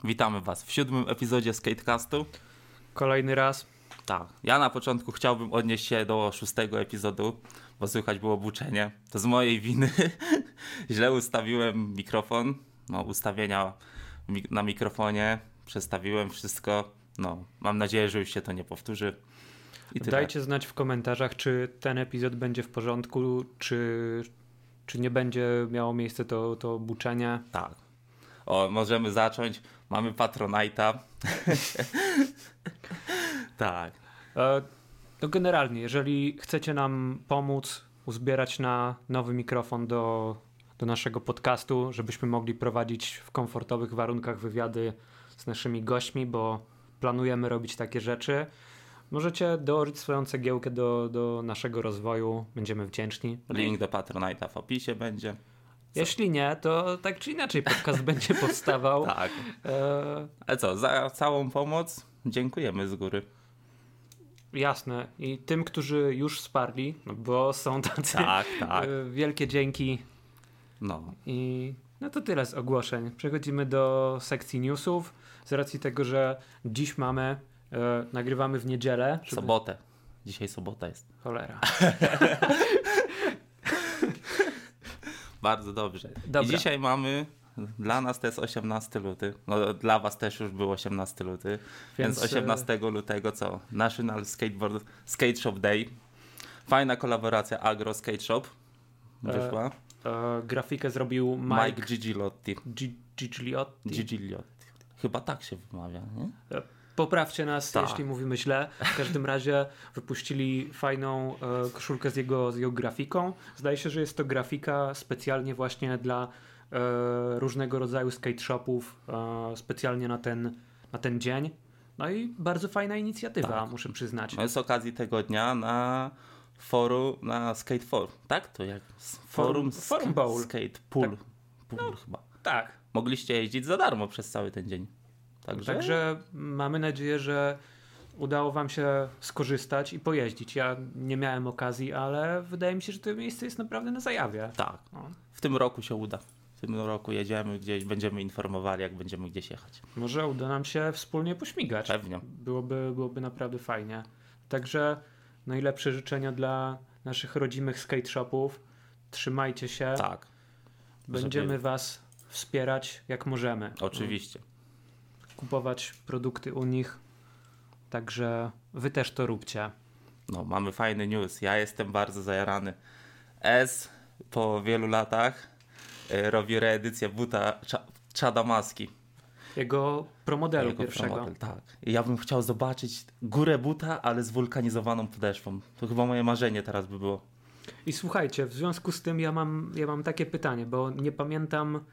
Witamy Was w 7. epizodzie Skatecastu. Kolejny raz. Tak, ja na początku chciałbym odnieść się do 6. epizodu, bo słychać było buczenie. To z mojej winy. Źle ustawiłem mikrofon, ustawienia na mikrofonie, przestawiłem wszystko. Mam nadzieję, że już się to nie powtórzy. Dajcie znać w komentarzach, czy ten epizod będzie w porządku, czy nie będzie miało miejsce to buczenie. Tak. Możemy zacząć. Mamy Patronite'a. Tak. To generalnie, jeżeli chcecie nam pomóc uzbierać na nowy mikrofon do naszego podcastu, żebyśmy mogli prowadzić w komfortowych warunkach wywiady z naszymi gośćmi, bo planujemy robić takie rzeczy, możecie dołożyć swoją cegiełkę do naszego rozwoju. Będziemy wdzięczni. Link do Patronite'a w opisie będzie. Jeśli nie, to tak czy inaczej podcast będzie powstawał. Tak. Ale co, za całą pomoc dziękujemy z góry. Jasne. I tym, którzy już wsparli, bo są tacy. Tak. Wielkie dzięki. I to tyle z ogłoszeń. Przechodzimy do sekcji newsów. Z racji tego, że dziś nagrywamy w niedzielę. Sobotę. Dzisiaj sobota jest. Cholera. Bardzo dobrze. Dobra. I dzisiaj mamy, dla nas to jest 18 luty, dla was też już był 18 luty, więc 18 lutego co? National Skate Shop Day. Fajna kolaboracja Agro Skate Shop wyszła. Grafikę zrobił Mike Gigiliotti. Gigiliotti. Chyba tak się wymawia, nie? Poprawcie nas, jeśli mówimy źle. W każdym razie wypuścili fajną koszulkę z jego grafiką. Zdaje się, że jest to grafika specjalnie właśnie dla różnego rodzaju skate shopów, specjalnie na ten dzień. No i bardzo fajna inicjatywa, muszę przyznać. Z okazji tego dnia na forum, na Skate Forum, tak? To jak Forum Bowl. Skate Pool. Chyba. Tak. Mogliście jeździć za darmo przez cały ten dzień. Także mamy nadzieję, że udało wam się skorzystać i pojeździć. Ja nie miałem okazji, ale wydaje mi się, że to miejsce jest naprawdę na zajawie. Tak. W tym roku się uda. W tym roku jedziemy gdzieś, będziemy informowali, jak będziemy gdzieś jechać. Może uda nam się wspólnie pośmigać. Pewnie. Byłoby naprawdę fajnie. Także najlepsze życzenia dla naszych rodzimych skate shopów. Trzymajcie się. Tak. Będziemy was wspierać jak możemy. Oczywiście. Kupować produkty u nich. Także wy też to róbcie. Mamy fajny news. Ja jestem bardzo zajarany. Po wielu latach robi reedycję buta Chada Maski. Jego promodelu pierwszego. Tak. I ja bym chciał zobaczyć górę buta, ale z wulkanizowaną podeszwą. To chyba moje marzenie teraz by było. I słuchajcie, w związku z tym ja mam takie pytanie, bo nie pamiętam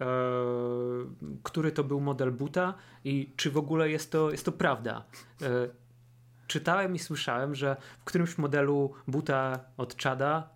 który to był model buta i czy w ogóle jest to prawda. Czytałem i słyszałem, że w którymś modelu buta od Chada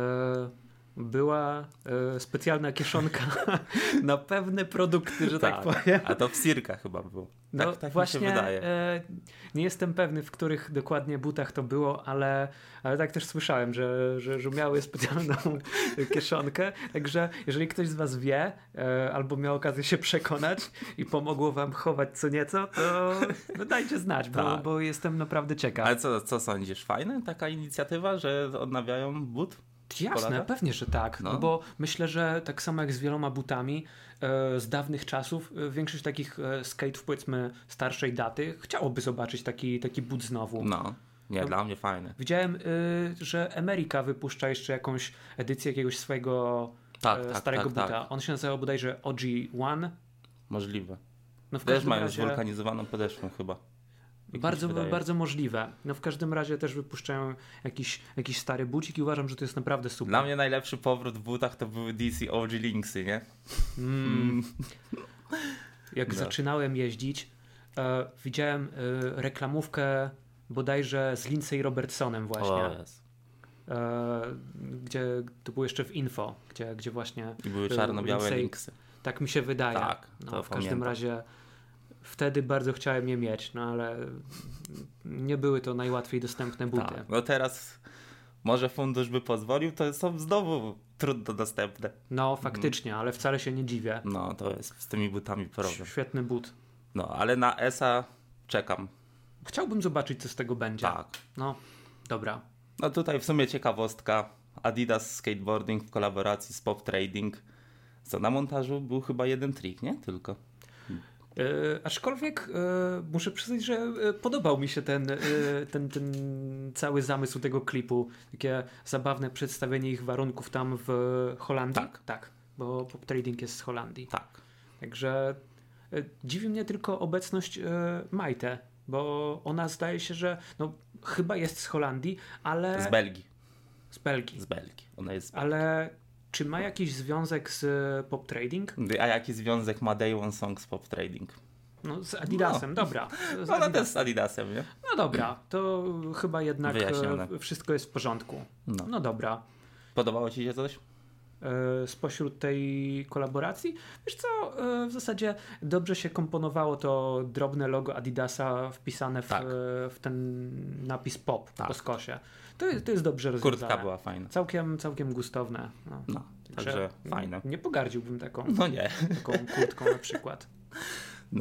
była specjalna kieszonka na pewne produkty, że tak powiem. A to w Circa chyba było. Tak właśnie, mi się wydaje. Nie jestem pewny, w których dokładnie butach to było, ale tak też słyszałem, że miały specjalną kieszonkę. Także jeżeli ktoś z was wie, albo miał okazję się przekonać i pomogło wam chować co nieco, to dajcie znać, bo jestem naprawdę ciekaw. Ale co sądzisz? Fajna taka inicjatywa, że odnawiają but? Jasne, pewnie, że tak, bo myślę, że tak samo jak z wieloma butami z dawnych czasów, większość takich skate'ów, powiedzmy starszej daty, chciałoby zobaczyć taki but znowu. Dla mnie fajne. Widziałem, że America wypuszcza jeszcze jakąś edycję jakiegoś swojego starego buta. Tak. On się nazywał bodajże OG1. Możliwe. Też mają zwulkanizowaną podeszwę chyba. Bardzo możliwe. W każdym razie też wypuszczają jakiś stary bucik i uważam, że to jest naprawdę super. Dla mnie najlepszy powrót w butach to były DC OG Lynxy, nie? Jak zaczynałem jeździć, widziałem reklamówkę bodajże z Lindsay Robertsonem właśnie. Gdzie to było jeszcze w Info, gdzie właśnie i były czarno-białe Lynxy. Tak mi się wydaje. Tak, w każdym razie wtedy bardzo chciałem je mieć, ale nie były to najłatwiej dostępne buty. Teraz Może fundusz by pozwolił, to są znowu trudno dostępne. No faktycznie, ale wcale się nie dziwię. No to jest z tymi butami problem. Świetny but. No ale na ESA czekam. Chciałbym zobaczyć, co z tego będzie. Tak. No, dobra. No tutaj w sumie ciekawostka. Adidas Skateboarding w kolaboracji z Pop Trading. Co na montażu był chyba jeden trik, nie? Tylko. Aczkolwiek muszę przyznać, że podobał mi się ten cały zamysł tego klipu. Takie zabawne przedstawienie ich warunków tam w Holandii. Tak, bo Pop Trading jest z Holandii. Tak. Także dziwi mnie tylko obecność Majte, bo ona zdaje się, że no, chyba jest z Holandii, ale... Z Belgii. Z Belgii. Z Belgii. Ona jest z Belgii. Ale czy ma jakiś związek z Pop Trading? A jaki związek ma Day One Song z Pop Trading? No z Adidasem, dobra. Z Ona też z Adidasem, nie? No dobra, to chyba jednak Wyjaśnione. wszystko jest w porządku. No dobra. Podobało ci się coś? Spośród tej kolaboracji? Wiesz co, w zasadzie dobrze się komponowało to drobne logo Adidasa wpisane w ten napis pop po skosie. To jest dobrze rozwiązane. Kurtka była fajna. Całkiem gustowne. No, także fajne. Nie pogardziłbym taką kurtką na przykład. No.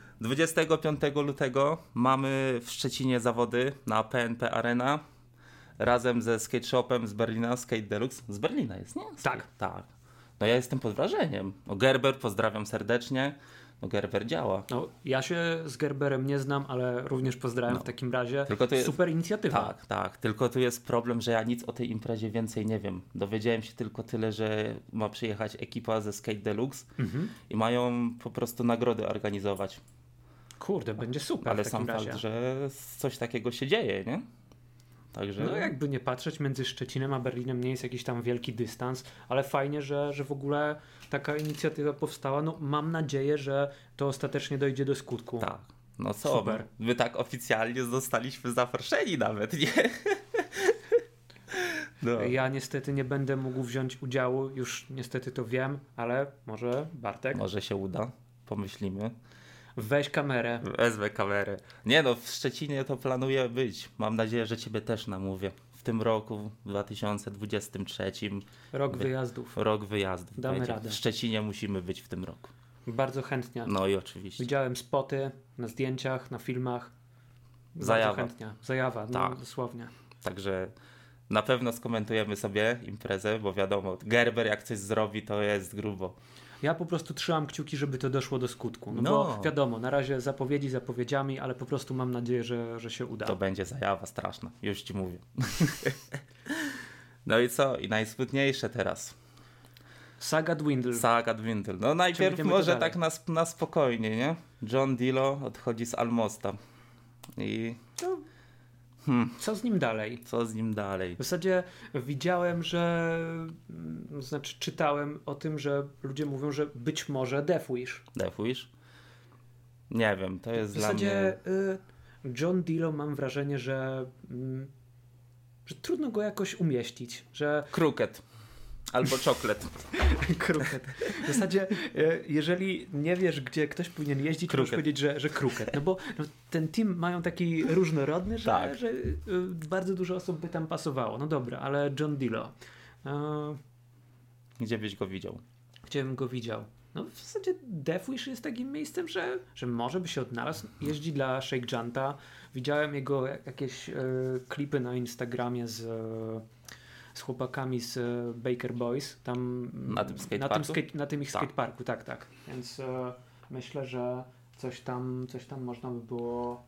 25 lutego mamy w Szczecinie zawody na PNP Arena razem ze skate shopem z Berlina, Skate Deluxe. Z Berlina jest, nie? Tak. No ja jestem pod wrażeniem. No Gerber, pozdrawiam serdecznie. No Gerber działa. No, ja się z Gerberem nie znam, ale również pozdrawiam w takim razie. Tylko to jest... Super inicjatywa. Tak. Tylko tu jest problem, że ja nic o tej imprezie więcej nie wiem. Dowiedziałem się tylko tyle, że ma przyjechać ekipa ze Skate Deluxe i mają po prostu nagrody organizować. Kurde, będzie super. Ale w takim sam razie. fakt, że coś takiego się dzieje, nie? Także... No jakby nie patrzeć, między Szczecinem a Berlinem nie jest jakiś tam wielki dystans, ale fajnie, że w ogóle taka inicjatywa powstała. No mam nadzieję, że to ostatecznie dojdzie do skutku. Tak. No co? Super. My tak oficjalnie zostaliśmy zaproszeni nawet, nie? No. Ja niestety nie będę mógł wziąć udziału, już niestety to wiem, ale może Bartek? Może się uda, pomyślimy. Weź kamerę. Wezmę kamerę. Nie no, w Szczecinie to planuję być. Mam nadzieję, że ciebie też namówię. W tym roku, 2023. Rok wyjazdów. Rok wyjazdów. Damy radę. W Szczecinie musimy być w tym roku. Bardzo chętnie. No i oczywiście. Widziałem spoty na zdjęciach, na filmach. Zajawa. Bardzo chętnie. Zajawa, no Tak. dosłownie. Także na pewno skomentujemy sobie imprezę, bo wiadomo, Gerber jak coś zrobi, to jest grubo. Ja po prostu trzymam kciuki, żeby to doszło do skutku. No. No. Bo wiadomo, na razie zapowiedziami, ale po prostu mam nadzieję, że się uda. To będzie zajawa straszna, już ci mówię. No i co? I najsmutniejsze teraz. Saga Dwindle. No najpierw Przejdziemy może dalej. tak na spokojnie, nie? John Dillo odchodzi z Almosta. I Co z nim dalej? co z nim dalej? W zasadzie widziałem, że czytałem o tym, że ludzie mówią, że być może Death Wish. Death Wish? Nie wiem, to jest W dla zasadzie mnie... John Dillo mam wrażenie, że trudno go jakoś umieścić, że Crooked. Albo czoklet. Kruket. W zasadzie, jeżeli nie wiesz, gdzie ktoś powinien jeździć, możesz powiedzieć, że Kruket. No bo ten team mają taki różnorodny, że, Tak. że bardzo dużo osób by tam pasowało. No dobra, ale John Dillo. Gdzie byś go widział? Gdzie bym go widział? No w zasadzie Death Wish jest takim miejscem, że może by się odnalazł. Jeździ dla Shake Janta. Widziałem jego jakieś klipy na Instagramie z chłopakami z Baker Boys. Tam Na tym skateparku? na tym ich skateparku, tak. Więc myślę, że coś tam można by było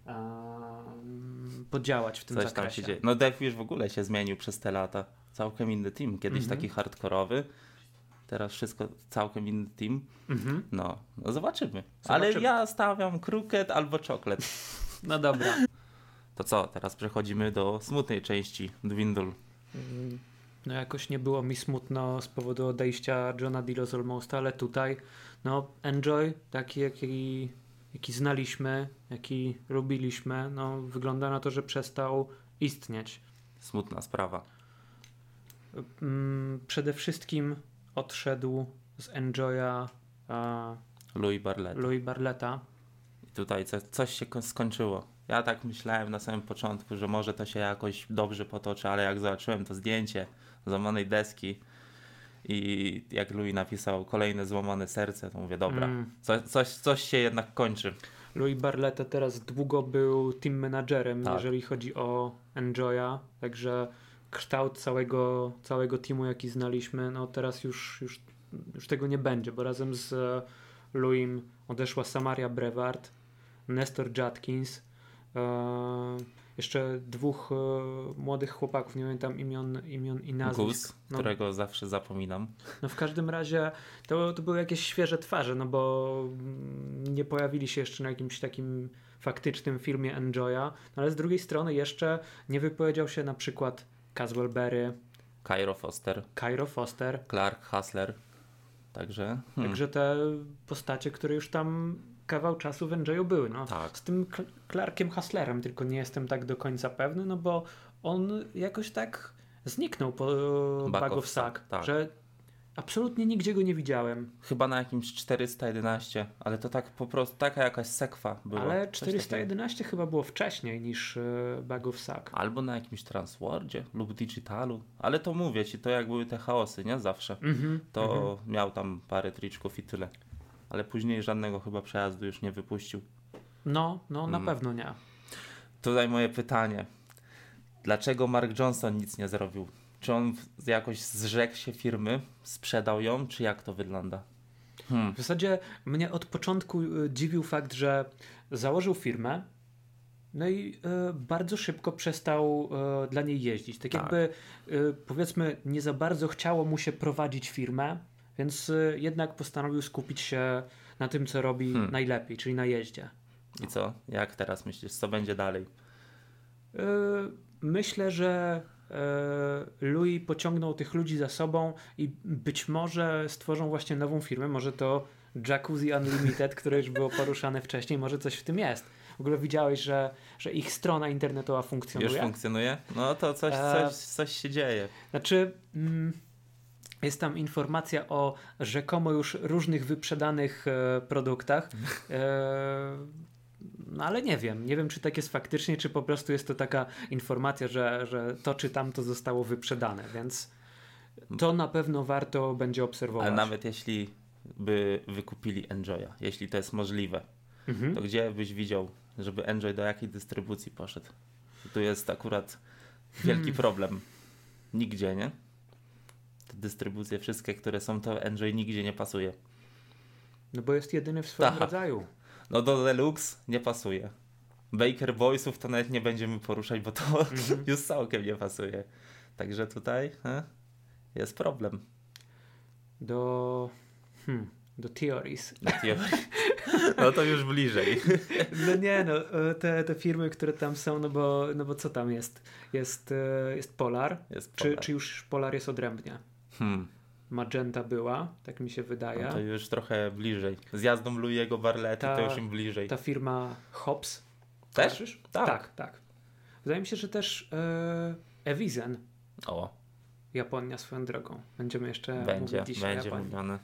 podziałać w tym Coś tam zakresie. się dzieje. No Death Wish w ogóle się zmienił przez te lata. Całkiem inny team. Kiedyś taki hardkorowy. Teraz wszystko całkiem inny team. No zobaczymy. Ale ja stawiam Crooked albo czoklet. No dobra. To co? Teraz przechodzimy do smutnej części Dwindle. No jakoś nie było mi smutno z powodu odejścia Johna Dillo z Almosta, ale tutaj no Enjoy, taki jaki znaliśmy, jaki lubiliśmy, no wygląda na to, że przestał istnieć. Smutna sprawa. Przede wszystkim odszedł z Enjoya Louis Barletta. Louis Barletta. I tutaj coś się skończyło. Ja tak myślałem na samym początku, że może to się jakoś dobrze potoczy, ale jak zobaczyłem to zdjęcie złamanej deski i jak Louis napisał kolejne złamane serce, to mówię, dobra, coś się jednak kończy. Louis Barletta teraz długo był team managerem, Tak. jeżeli chodzi o Enjoya, także kształt całego teamu, jaki znaliśmy, no teraz już tego nie będzie, bo razem z Louis'em odeszła Samaria Brevard, Nestor Judkins, jeszcze dwóch młodych chłopaków, nie pamiętam imion i nazwisk. Gus, którego zawsze zapominam. No w każdym razie to były jakieś świeże twarze, no bo nie pojawili się jeszcze na jakimś takim faktycznym filmie Enjoya, no ale z drugiej strony jeszcze nie wypowiedział się na przykład Caswell Berry, Cairo Foster, Clark Hassler. Także te postacie, które już tam kawał czasu w Enjoyu były. No. Tak. Z tym Clarkiem Hasslerem tylko nie jestem tak do końca pewny, no bo on jakoś tak zniknął po Bag of Sack, tak. że absolutnie nigdzie go nie widziałem. Chyba na jakimś 411, ale to tak po prostu taka jakaś sekwa była. Ale 411 chyba było wcześniej niż Bag of Sack. Albo na jakimś Transwordzie lub Digitalu. Ale to mówię ci, to jak były te chaosy, nie? Zawsze. To miał tam parę triczków i tyle. Ale później żadnego chyba przejazdu już nie wypuścił. No, na pewno nie. Tutaj moje pytanie. Dlaczego Mark Johnson nic nie zrobił? Czy on jakoś zrzekł się firmy, sprzedał ją, czy jak to wygląda? W zasadzie mnie od początku dziwił fakt, że założył firmę, no i bardzo szybko przestał dla niej jeździć. Tak jakby powiedzmy nie za bardzo chciało mu się prowadzić firmę, więc jednak postanowił skupić się na tym, co robi najlepiej, czyli na jeździe. I co? Jak teraz myślisz? Co będzie dalej? Myślę, że Louis pociągnął tych ludzi za sobą i być może stworzą właśnie nową firmę. Może to Jacuzzi Unlimited, które już było poruszane wcześniej. Może coś w tym jest. W ogóle widziałeś, że ich strona internetowa funkcjonuje? Już funkcjonuje? No to coś się dzieje. Znaczy... Jest tam informacja o rzekomo już różnych wyprzedanych produktach, no ale nie wiem, czy tak jest faktycznie, czy po prostu jest to taka informacja, że to czy tamto zostało wyprzedane, więc to na pewno warto będzie obserwować. Ale nawet jeśli by wykupili Enjoya, jeśli to jest możliwe, to gdzie byś widział, żeby Enjoy do jakiej dystrybucji poszedł? Tu jest akurat wielki problem. Nigdzie, nie? Te dystrybucje wszystkie, które są, to Enjoy nigdzie nie pasuje. No bo jest jedyny w swoim rodzaju. No do Deluxe nie pasuje. Baker Boysów to nawet nie będziemy poruszać, bo to już całkiem nie pasuje. Także tutaj jest problem. Do Theories. No to już bliżej. No nie, no te firmy, które tam są, no bo co tam jest? Jest Polar. Czy już Polar jest odrębnie? Magenta była, tak mi się wydaje. No to już trochę bliżej. Z jazdą Louis'ego Barlety to już im bliżej. Ta firma Hobbs. Też? Tak. Wydaje mi się, że też Evizen. O. Japonia swoją drogą. Będziemy jeszcze mówić dzisiaj będzie mówione.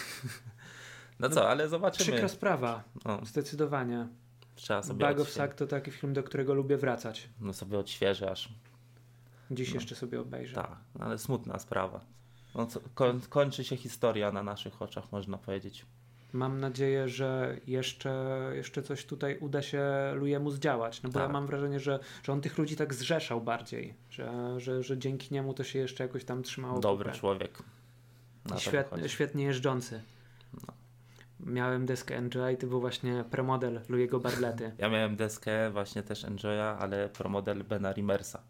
No co, ale zobaczymy. Przykra sprawa. Zdecydowanie. Trzeba sobie Bag of Sack to taki film, do którego lubię wracać. No sobie odświeżę aż. Dziś jeszcze sobie obejrzę. Tak, ale smutna sprawa. No co, kończy się historia na naszych oczach, można powiedzieć. Mam nadzieję, że jeszcze coś tutaj uda się Louis'emu zdziałać. No bo ja mam wrażenie, że on tych ludzi tak zrzeszał bardziej. Że dzięki niemu to się jeszcze jakoś tam trzymało. Dobry człowiek. Świetnie jeżdżący. No. Miałem deskę Enjoya i to był właśnie promodel Louis'ego Barlety. Ja miałem deskę właśnie też Enjoya, ale promodel Bena Rimersa.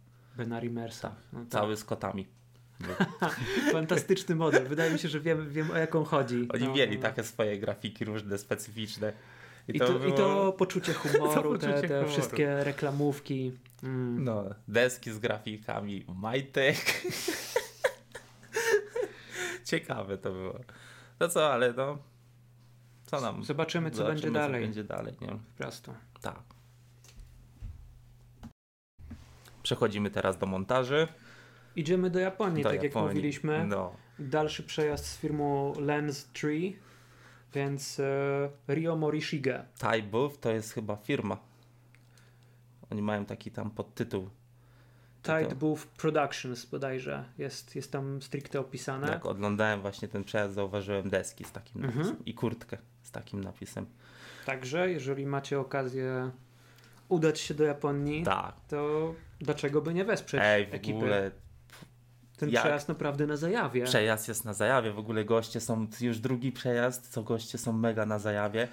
No cały z kotami. Fantastyczny model. Wydaje mi się, że wiem o jaką chodzi. Oni mieli takie swoje grafiki różne, specyficzne. I to poczucie humoru, te wszystkie reklamówki. No, deski z grafikami, majtek. Ciekawe to było. No co, ale no... Co nam? Zobaczymy, co będzie dalej. Co będzie dalej, nie? Po prostu. Tak. Przechodzimy teraz do montaży. Idziemy do Japonii, jak mówiliśmy. No. Dalszy przejazd z firmą Lens 3, więc Ryo Morishige. Thai Booth to jest chyba firma. Oni mają taki tam podtytuł. Tide Booth Productions bodajże. Jest tam stricte opisane. Jak oglądałem właśnie ten przejazd, zauważyłem deski z takim napisem i kurtkę z takim napisem. Także jeżeli macie okazję udać się do Japonii, Tak. to dlaczego by nie wesprzeć w ekipy? ogóle Ten przejazd naprawdę na zajawie. Przejazd jest na zajawie, w ogóle goście są, już drugi przejazd, co goście są mega na zajawie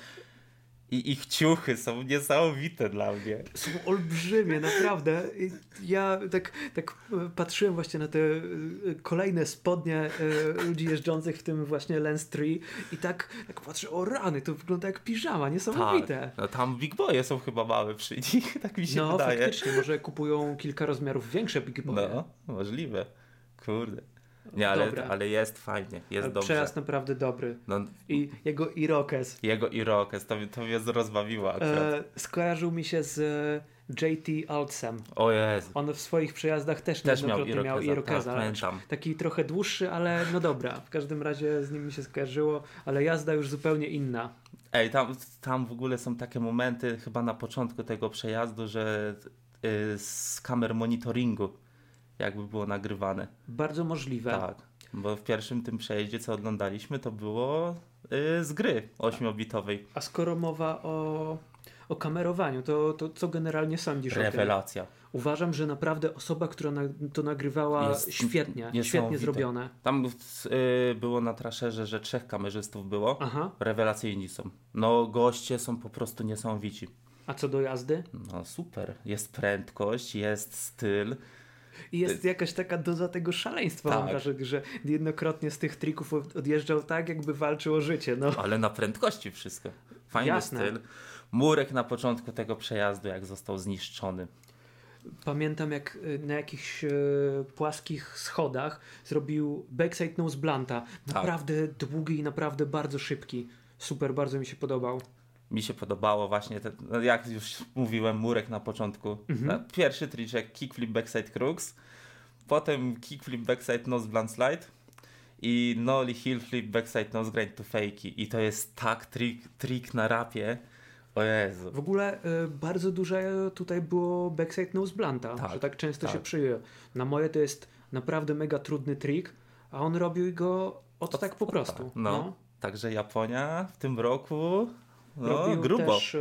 i ich ciuchy są niesamowite dla mnie. Są olbrzymie, naprawdę. Ja tak patrzyłem właśnie na te kolejne spodnie ludzi jeżdżących w tym właśnie Lens 3 i tak patrzę, o rany, to wygląda jak piżama, niesamowite. Tak, no tam big boye są chyba małe przy nich, tak mi się wydaje. No faktycznie, może kupują kilka rozmiarów większe big boye. No, możliwe. Kurde. Nie, ale jest fajnie, jest dobrze. Przejazd naprawdę dobry. No, I jego Irokez. To mnie rozbawiło akurat. Skojarzył mi się z JT Altsem. O Jezu. On w swoich przejazdach też miał Irokeza. Tak, taki trochę dłuższy, ale no dobra. W każdym razie z nim mi się skojarzyło, ale jazda już zupełnie inna. Ej, tam w ogóle są takie momenty chyba na początku tego przejazdu, że z kamer monitoringu jakby było nagrywane. Bardzo możliwe. Tak, bo w pierwszym tym przejeździe, co oglądaliśmy, to było z gry 8-bitowej. A skoro mowa o kamerowaniu, to co generalnie sądzisz o tym? Rewelacja. Uważam, że naprawdę osoba, która to nagrywała jest świetnie zrobione. Tam było na traszerze, że 3 kamerzystów było. Aha. Rewelacyjni są. No goście są po prostu niesamowici. A co do jazdy? No super. Jest prędkość, jest styl. I jest jakaś taka doza tego szaleństwa, mam wrażenie, że niejednokrotnie z tych trików odjeżdżał tak, jakby walczył o życie. No. Ale na prędkości wszystko. Fajny styl. Murek na początku tego przejazdu, jak został zniszczony. Pamiętam, jak na jakichś płaskich schodach zrobił backside nose blunta. Naprawdę długi i naprawdę bardzo szybki. Super, bardzo mi się podobał. Mi się podobało właśnie, jak już mówiłem, Murek na początku. Pierwszy triczek kickflip backside crux, potem kickflip backside nose blunt slide i nollie heel flip backside nose grind to fakie. I to jest tak trik na rapie. O Jezu. W ogóle bardzo duże tutaj było backside nose blunta, że tak często się przyjęło. Na moje to jest naprawdę mega trudny trik, a on robił go tak po prostu. No. Także Japonia w tym roku robił grubo. Też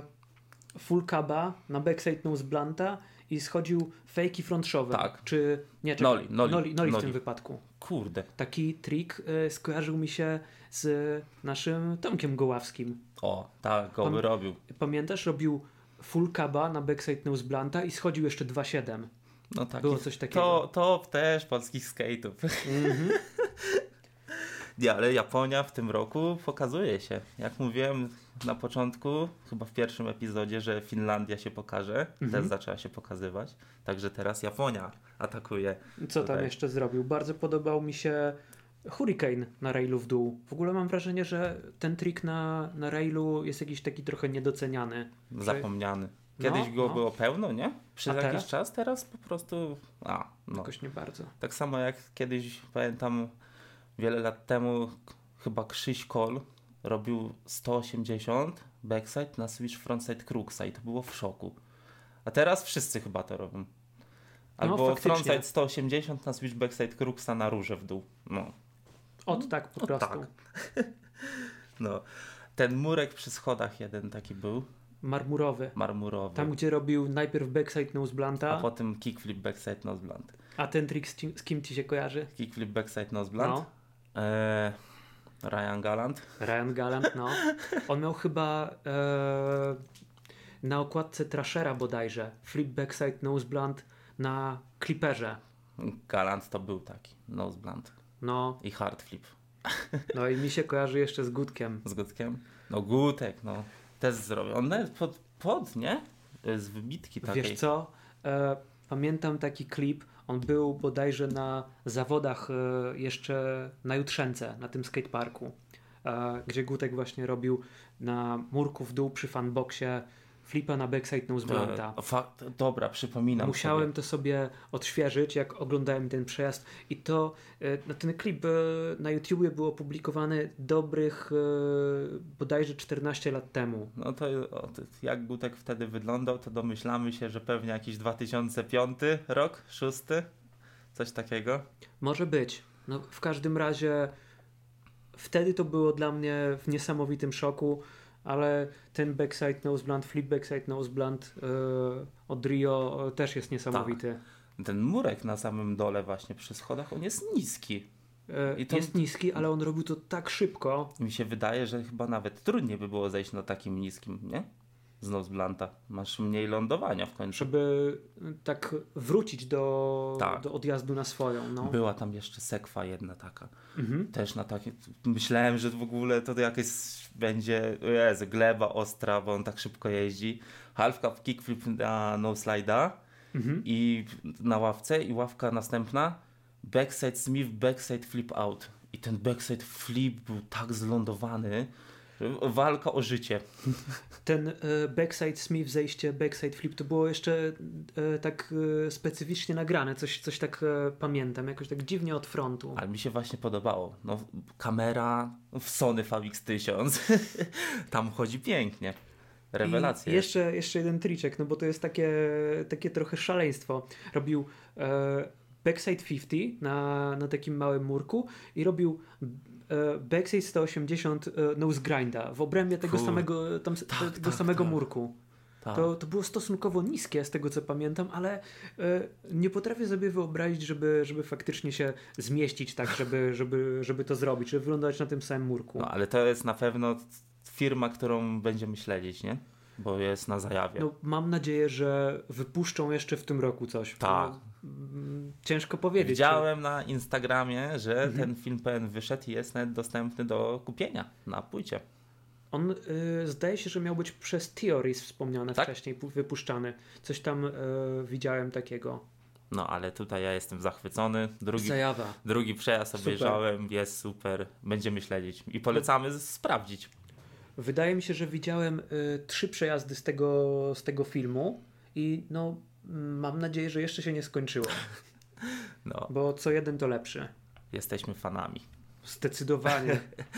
full caba na backside nose blunta i schodził fakey front shovel. Tak. Czy nie, nollie w tym wypadku. Kurde. Taki trik skojarzył mi się z naszym Tomkiem Goławskim. O, tak, go by robił. Pamiętasz? Robił full caba na backside nose blunta i schodził jeszcze 2.7. No tak. Było coś takiego. To też polskich skate'ów. Nie, ale Japonia w tym roku pokazuje się. Jak mówiłem na początku, chyba w pierwszym epizodzie, że Finlandia się pokaże. Też zaczęła się pokazywać. Także teraz Japonia atakuje. Co tutaj tam jeszcze zrobił? Bardzo podobał mi się Hurricane na railu w dół. W ogóle mam wrażenie, że ten trik na railu jest jakiś taki trochę niedoceniany. Zapomniany. Kiedyś go było pełno, nie? Przez jakiś czas, teraz po prostu... Jakoś nie bardzo. Tak samo jak kiedyś, pamiętam, wiele lat temu chyba Krzyś Kol robił 180 backside na switch frontside cruxa i to było w szoku. A teraz wszyscy chyba to robią. Albo frontside 180 na switch backside cruxa na róże w dół. Tak po prostu. Tak. No. Ten murek przy schodach jeden taki był. Marmurowy. Tam, gdzie robił najpierw backside nose blunta. A potem kickflip backside nose blunt. A ten trik z kim ci się kojarzy? Kickflip backside nose blunt? Ryan Gallant. No. On miał chyba na okładce Trashera bodajże flip backside nose blunt na Clipperze. Gallant to był taki nose blunt. No. I hard flip. No i mi się kojarzy jeszcze z Gutkiem. Z Gutkiem? No Gutek, też zrobił. On nawet nie? Z wybitki takiej. Wiesz co? Pamiętam taki klip. On był bodajże na zawodach jeszcze na Jutrzence, na tym skateparku, gdzie Gutek właśnie robił na murku w dół przy fanboxie flipa na backside nose blunta. Dobra, przypominam Musiałem sobie. to sobie odświeżyć, jak oglądałem ten przejazd i to, ten klip na YouTubie był opublikowany dobrych bodajże 14 lat temu. No to jak Gutek wtedy wyglądał, to domyślamy się, że pewnie jakiś 2005 rok, 6, coś takiego. Może być. No, w każdym razie wtedy to było dla mnie w niesamowitym szoku, ale ten backside nose blunt, flip backside nose blunt od Rio też jest niesamowity. Ten murek na samym dole właśnie przy schodach, on jest niski. Jest niski, ale on robił to tak szybko. Mi się wydaje, że chyba nawet trudniej by było zejść na takim niskim, nie? Z nose blunta. Masz mniej lądowania w końcu. Żeby tak wrócić do odjazdu na swoją. No. Była tam jeszcze sekwa jedna taka. Też na takie. Myślałem, że w ogóle to jakieś będzie gleba ostra, bo on tak szybko jeździ. Half cup kickflip na no slide'a i na ławce i ławka następna. Backside Smith, backside flip out. I ten backside flip był tak zlądowany. Walka o życie. Ten backside Smith, zejście, backside flip, to było jeszcze tak specyficznie nagrane. Coś tak pamiętam, jakoś tak dziwnie od frontu. Ale mi się właśnie podobało. No, kamera w Sony VX1000 tam chodzi pięknie. Rewelacja. I jeszcze jeden triczek, no bo to jest takie trochę szaleństwo. Robił backside 50 na takim małym murku i robił backside 180 nose grinda w obrębie tego samego murku. Tak. To było stosunkowo niskie z tego co pamiętam, ale nie potrafię sobie wyobrazić, żeby faktycznie się zmieścić tak, żeby to zrobić, żeby wylądować na tym samym murku. No ale to jest na pewno firma, którą będziemy śledzić, nie? Bo jest na zajawie. No, mam nadzieję, że wypuszczą jeszcze w tym roku coś. Tak. Ciężko powiedzieć. Widziałem na Instagramie, że ten film pełen wyszedł i jest nawet dostępny do kupienia na płycie. On zdaje się, że miał być przez Theories wspomniane tak? wcześniej, wypuszczany. Coś tam widziałem takiego. No ale tutaj ja jestem zachwycony. Zajawa. Drugi przejazd obejrzałem, jest super. Będziemy śledzić i polecamy sprawdzić. Wydaje mi się, że widziałem 3 przejazdy z tego filmu i no mam nadzieję, że jeszcze się nie skończyło. No. Bo co jeden to lepszy. Jesteśmy fanami. Zdecydowanie.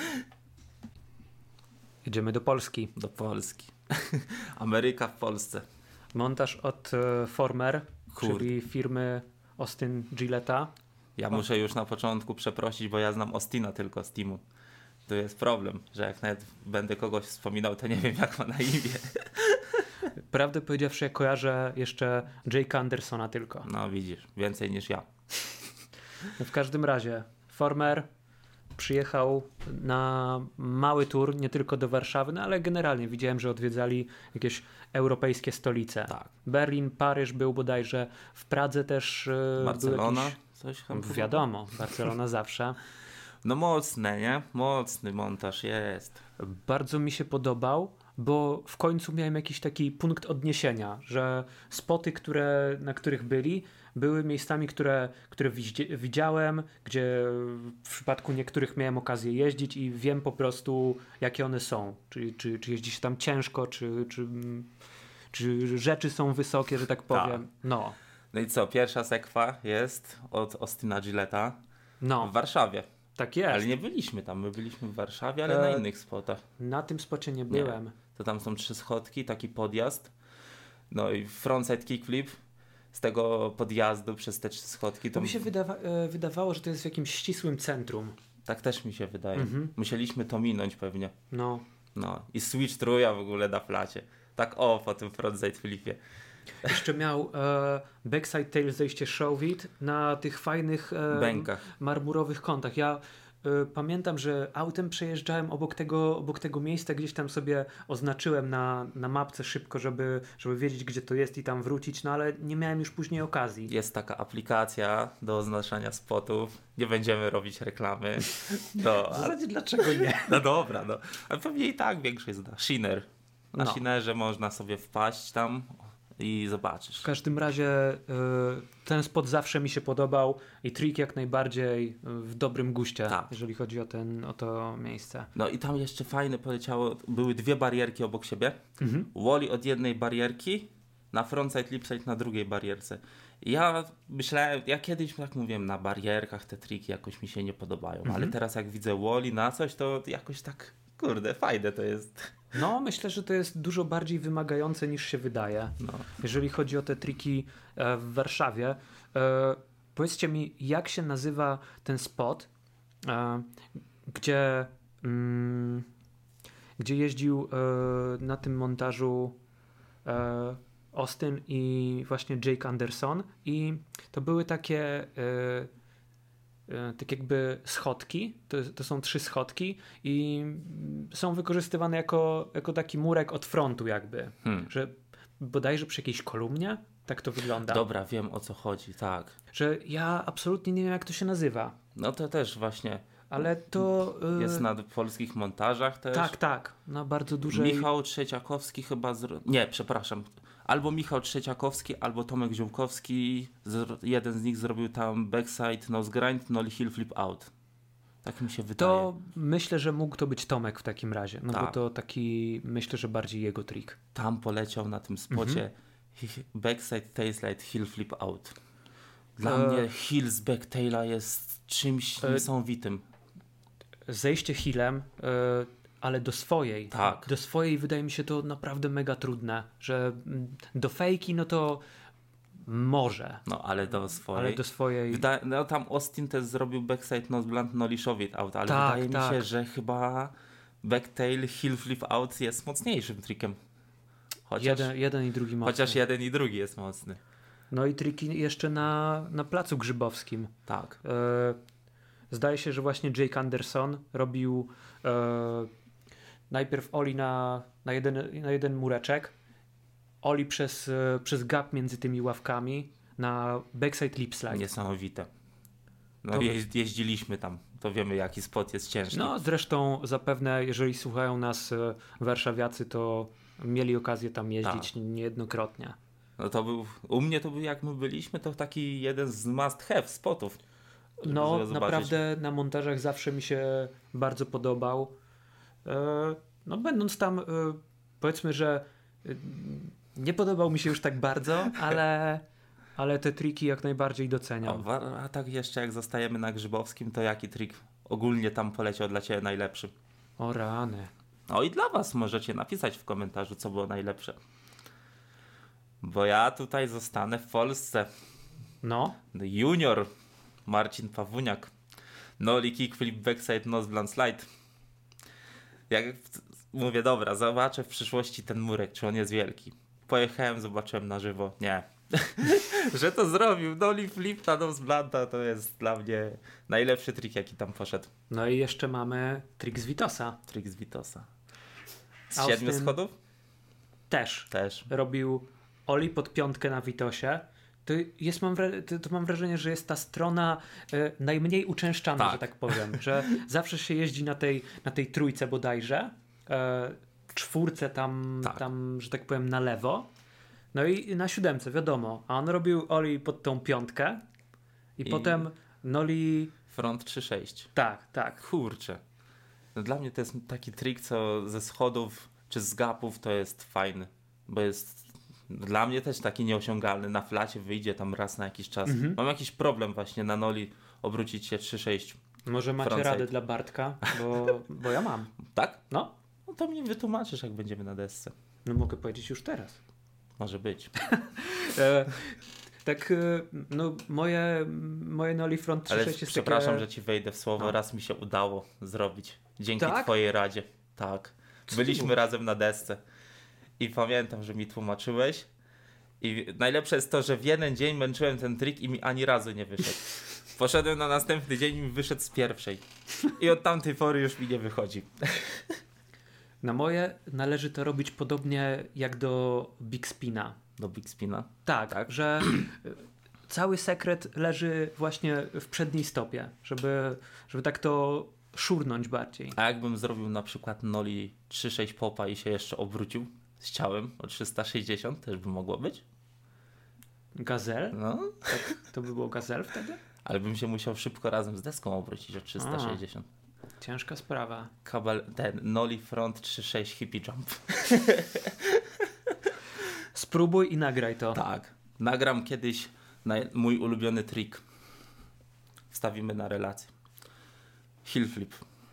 Jedziemy do Polski. Do Polski. Ameryka w Polsce. Montaż od Former, czyli firmy Austin Gilletta. Ja muszę już na początku przeprosić, bo ja znam Austina tylko z teamu. To jest problem, że jak nawet będę kogoś wspominał, to nie wiem jak ma na imię. Prawdę powiedziawszy, ja kojarzę jeszcze Jake'a Andersona tylko. No widzisz, więcej niż ja. W każdym razie Former przyjechał na mały tour, nie tylko do Warszawy, no ale generalnie widziałem, że odwiedzali jakieś europejskie stolice. Tak. Berlin, Paryż był bodajże, w Pradze też Barcelona, był jakiś... coś tam. Wiadomo, Barcelona zawsze. No mocne, nie? Mocny montaż jest. Bardzo mi się podobał, bo w końcu miałem jakiś taki punkt odniesienia, że spoty, na których były miejscami, które widziałem, gdzie w przypadku niektórych miałem okazję jeździć i wiem po prostu, jakie one są. Czy jeździ się tam ciężko, czy rzeczy są wysokie, że tak powiem. No. No i co? Pierwsza sekwa jest od Austina Gilletta w Warszawie. Tak jest. Ale nie byliśmy tam. My byliśmy w Warszawie, ale na innych spotach. Na tym spocie nie byłem. To tam są 3 schodki, taki podjazd. No i frontside kickflip z tego podjazdu przez te 3 schodki. To mi się wydawało, że to jest w jakimś ścisłym centrum. Tak też mi się wydaje. Musieliśmy to minąć pewnie. No. I switch trója w ogóle na flacie. Tak po tym frontside flipie. Jeszcze miał backside tail zejście show it na tych fajnych marmurowych kątach. Ja pamiętam, że autem przejeżdżałem obok tego miejsca, gdzieś tam sobie oznaczyłem na mapce szybko, żeby wiedzieć, gdzie to jest i tam wrócić, no ale nie miałem już później okazji. Jest taka aplikacja do oznaczania spotów. Nie będziemy robić reklamy. Ale dlaczego nie? No dobra, no. Ale pewnie i tak większość zna. Shiner. Na Shinerze można sobie wpaść tam i zobaczysz. W każdym razie ten spot zawsze mi się podobał i trik jak najbardziej w dobrym guście, Tak. jeżeli chodzi o to miejsce. No i tam jeszcze fajne poleciało, były dwie barierki obok siebie. Wally od jednej barierki, na frontside, lipside na drugiej barierce. I ja myślałem, ja kiedyś tak mówiłem, na barierkach te triki jakoś mi się nie podobają, ale teraz jak widzę Wally na coś, to jakoś tak, kurde, fajne to jest. No, myślę, że to jest dużo bardziej wymagające niż się wydaje. No. Jeżeli chodzi o te triki w Warszawie, powiedzcie mi, jak się nazywa ten spot, gdzie jeździł na tym montażu Austin i właśnie Jake Anderson i to były takie tak jakby schodki, to są 3 schodki i są wykorzystywane jako taki murek od frontu jakby, że bodajże przy jakiejś kolumnie tak to wygląda. Dobra, wiem o co chodzi, tak. Że ja absolutnie nie wiem jak to się nazywa. No to też właśnie Ale to... jest na polskich montażach też. Tak, na bardzo dużej... Michał Trzeciakowski chyba... Nie, przepraszam. Albo Michał Trzeciakowski, albo Tomek Ziółkowski. Jeden z nich zrobił tam backside nose grind, nollie heel flip out. Tak mi się wydaje. To myślę, że mógł to być Tomek w takim razie. No tak. bo to taki, myślę, że bardziej jego trik. Tam poleciał na tym spocie backside tailslide heel flip out. Dla mnie heel z backtaila jest czymś niesamowitym. Zejście heelem, ale do swojej. Tak. Do swojej wydaje mi się to naprawdę mega trudne, że do fejki no to może. No ale do swojej. Ale do swojej... No tam Austin też zrobił backside nose blunt nollie shove it out, ale tak, wydaje mi się, że chyba backtail heel flip out jest mocniejszym trikiem. Chociaż jeden i drugi mocny. Chociaż jeden i drugi jest mocny. No i triki jeszcze na placu Grzybowskim. Tak. Zdaje się, że właśnie Jake Anderson robił najpierw Oli na jeden mureczek, Oli przez gap między tymi ławkami na backside lip slide. Niesamowite. No To... jeździliśmy tam, to wiemy jaki spot jest ciężki. No zresztą zapewne, jeżeli słuchają nas warszawiacy, to mieli okazję tam jeździć niejednokrotnie. No to był, u mnie to był, jak my byliśmy, to taki jeden z must have spotów. No naprawdę na montażach zawsze mi się bardzo podobał. No będąc tam, powiedzmy, że nie podobał mi się już tak bardzo, ale te triki jak najbardziej doceniam. A tak jeszcze jak zostajemy na Grzybowskim, to jaki trik ogólnie tam poleciał dla Ciebie najlepszy? O rany. No i dla Was możecie napisać w komentarzu, co było najlepsze. Bo ja tutaj zostanę w Polsce. No. Junior Marcin Pawuniak. Nollie kickflip backside nose blunt slide. Jak mówię, dobra, zobaczę w przyszłości ten murek, czy on jest wielki. Pojechałem, zobaczyłem na żywo. Nie. Że to zrobił. Nollie flip na nose blunta to jest dla mnie najlepszy trik, jaki tam poszedł. No i jeszcze mamy trik z Vitosa. Trik z Vitosa. Z Austin 7 schodów? Też. Robił Oli pod piątkę na Vitosie. To mam wrażenie, że jest ta strona najmniej uczęszczana, że tak powiem. Że zawsze się jeździ na tej trójce bodajże. Czwórce tam, że tak powiem, na lewo. No i na 7, wiadomo. A on robił Oli pod tą piątkę i potem nollie... Front 3-6. Tak. Kurczę. No dla mnie to jest taki trik, co ze schodów czy z gapów to jest fajny. Bo jest dla mnie też taki nieosiągalny. Na flacie wyjdzie tam raz na jakiś czas. Mam jakiś problem właśnie na nollie obrócić się 3-6. Może macie radę dla Bartka, bo ja mam. Tak? No to mnie wytłumaczysz, jak będziemy na desce. No mogę powiedzieć już teraz. Może być. Tak, no moje nollie front 3.6 Ale jest przepraszam, takie... że ci wejdę w słowo. Raz mi się udało zrobić. Dzięki tak? twojej radzie. Tak. Byliśmy razem na desce. I pamiętam, że mi tłumaczyłeś. I najlepsze jest to, że w jeden dzień męczyłem ten trik i mi ani razu nie wyszedł. Poszedłem na następny dzień i mi wyszedł z pierwszej. I od tamtej pory już mi nie wychodzi. Na moje należy to robić podobnie jak do Big Spina. Do Big Spina? Tak, że cały sekret leży właśnie w przedniej stopie, żeby tak to szurnąć bardziej. A jakbym zrobił na przykład nollie 3-6 popa i się jeszcze obrócił? z ciałem o 360 też by mogło być. Gazel? No, Tak, to by było gazel wtedy? ale bym się musiał szybko razem z deską obrócić o 360. Ciężka sprawa. Kabel, ten Nollie Front 3.6 Hippie Jump. Spróbuj i nagraj to. Tak. Nagram kiedyś mój ulubiony trik. Wstawimy na relację. Heel flip.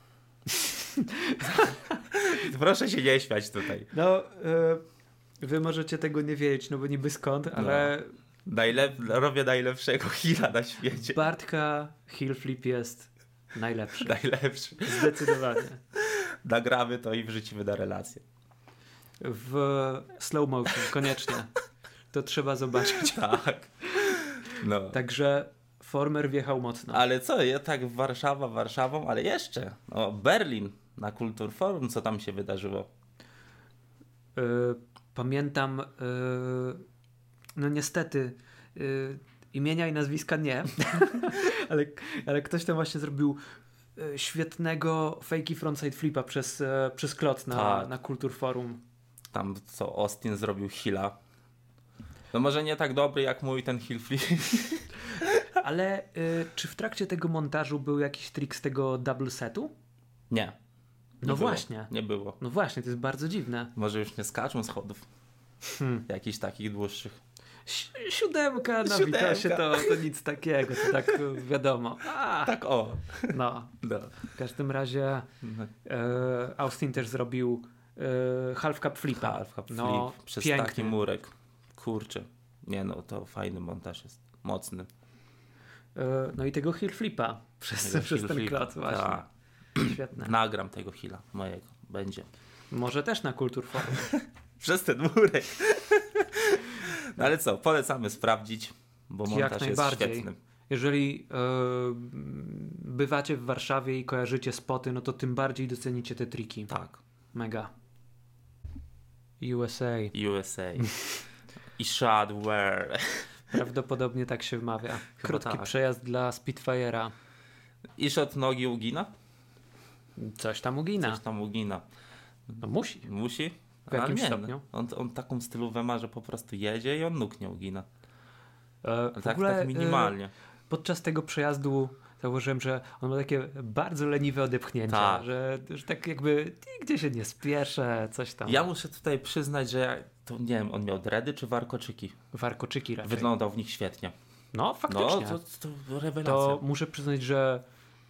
Proszę się nie śmiać tutaj. No, wy możecie tego nie wiedzieć, no bo niby skąd, ale Robię najlepszego heala na świecie. Bartka heel flip jest najlepszy. Najlepszy. Zdecydowanie. Nagramy to i wrzucimy na relację. W slow motion, koniecznie. To trzeba zobaczyć. Tak. No. Także Former wjechał mocno. Ale co, ja tak Warszawą, ale jeszcze. O, Berlin na Kulturforum, co tam się wydarzyło? Pamiętam, no niestety, imienia i nazwiska nie, ale ktoś tam właśnie zrobił świetnego fakey frontside flipa przez klot na Kulturforum. Tam co Austin zrobił heala. No może nie tak dobry jak mój ten heel flip. Ale czy w trakcie tego montażu był jakiś trik z tego double setu? Nie. No właśnie. Nie było. No właśnie, to jest bardzo dziwne. Może już nie skaczą schodów. Jakichś takich dłuższych. Siódemka na Witosie to nic takiego, to tak wiadomo. Tak o. No. W każdym razie Austin też zrobił half cup flipa. Half cup flip przez piękny. taki murek. Kurczę. Nie no, to fajny montaż jest. Mocny. No i tego heel flipa przez ten klot właśnie. Ta. Świetne. Nagram tego heala mojego. Będzie. Może też na Kulturforum. Przez ten murek. No ale co, polecamy sprawdzić, bo montaż jest świetny. Jeżeli bywacie w Warszawie i kojarzycie spoty, no to tym bardziej docenicie te triki. Tak. Mega. USA. I Shadware. Prawdopodobnie tak się wymawia. Krótki tak. przejazd dla Spitfire'a. I shot nogi ugina? Coś tam ugina. No musi. Musi? W jakimś stopniu. On taką stylówę ma, że po prostu jedzie i on nóg nie ugina. W ogóle, tak minimalnie. Podczas tego przejazdu zauważyłem, że on ma takie bardzo leniwe odepchnięcia, tak. że tak jakby nigdzie się nie spieszę, coś tam. Ja muszę tutaj przyznać, że to nie wiem, on miał dready czy warkoczyki? Warkoczyki raczej. Wyglądał w nich świetnie. No, faktycznie. No, to rewelacja. To muszę przyznać, że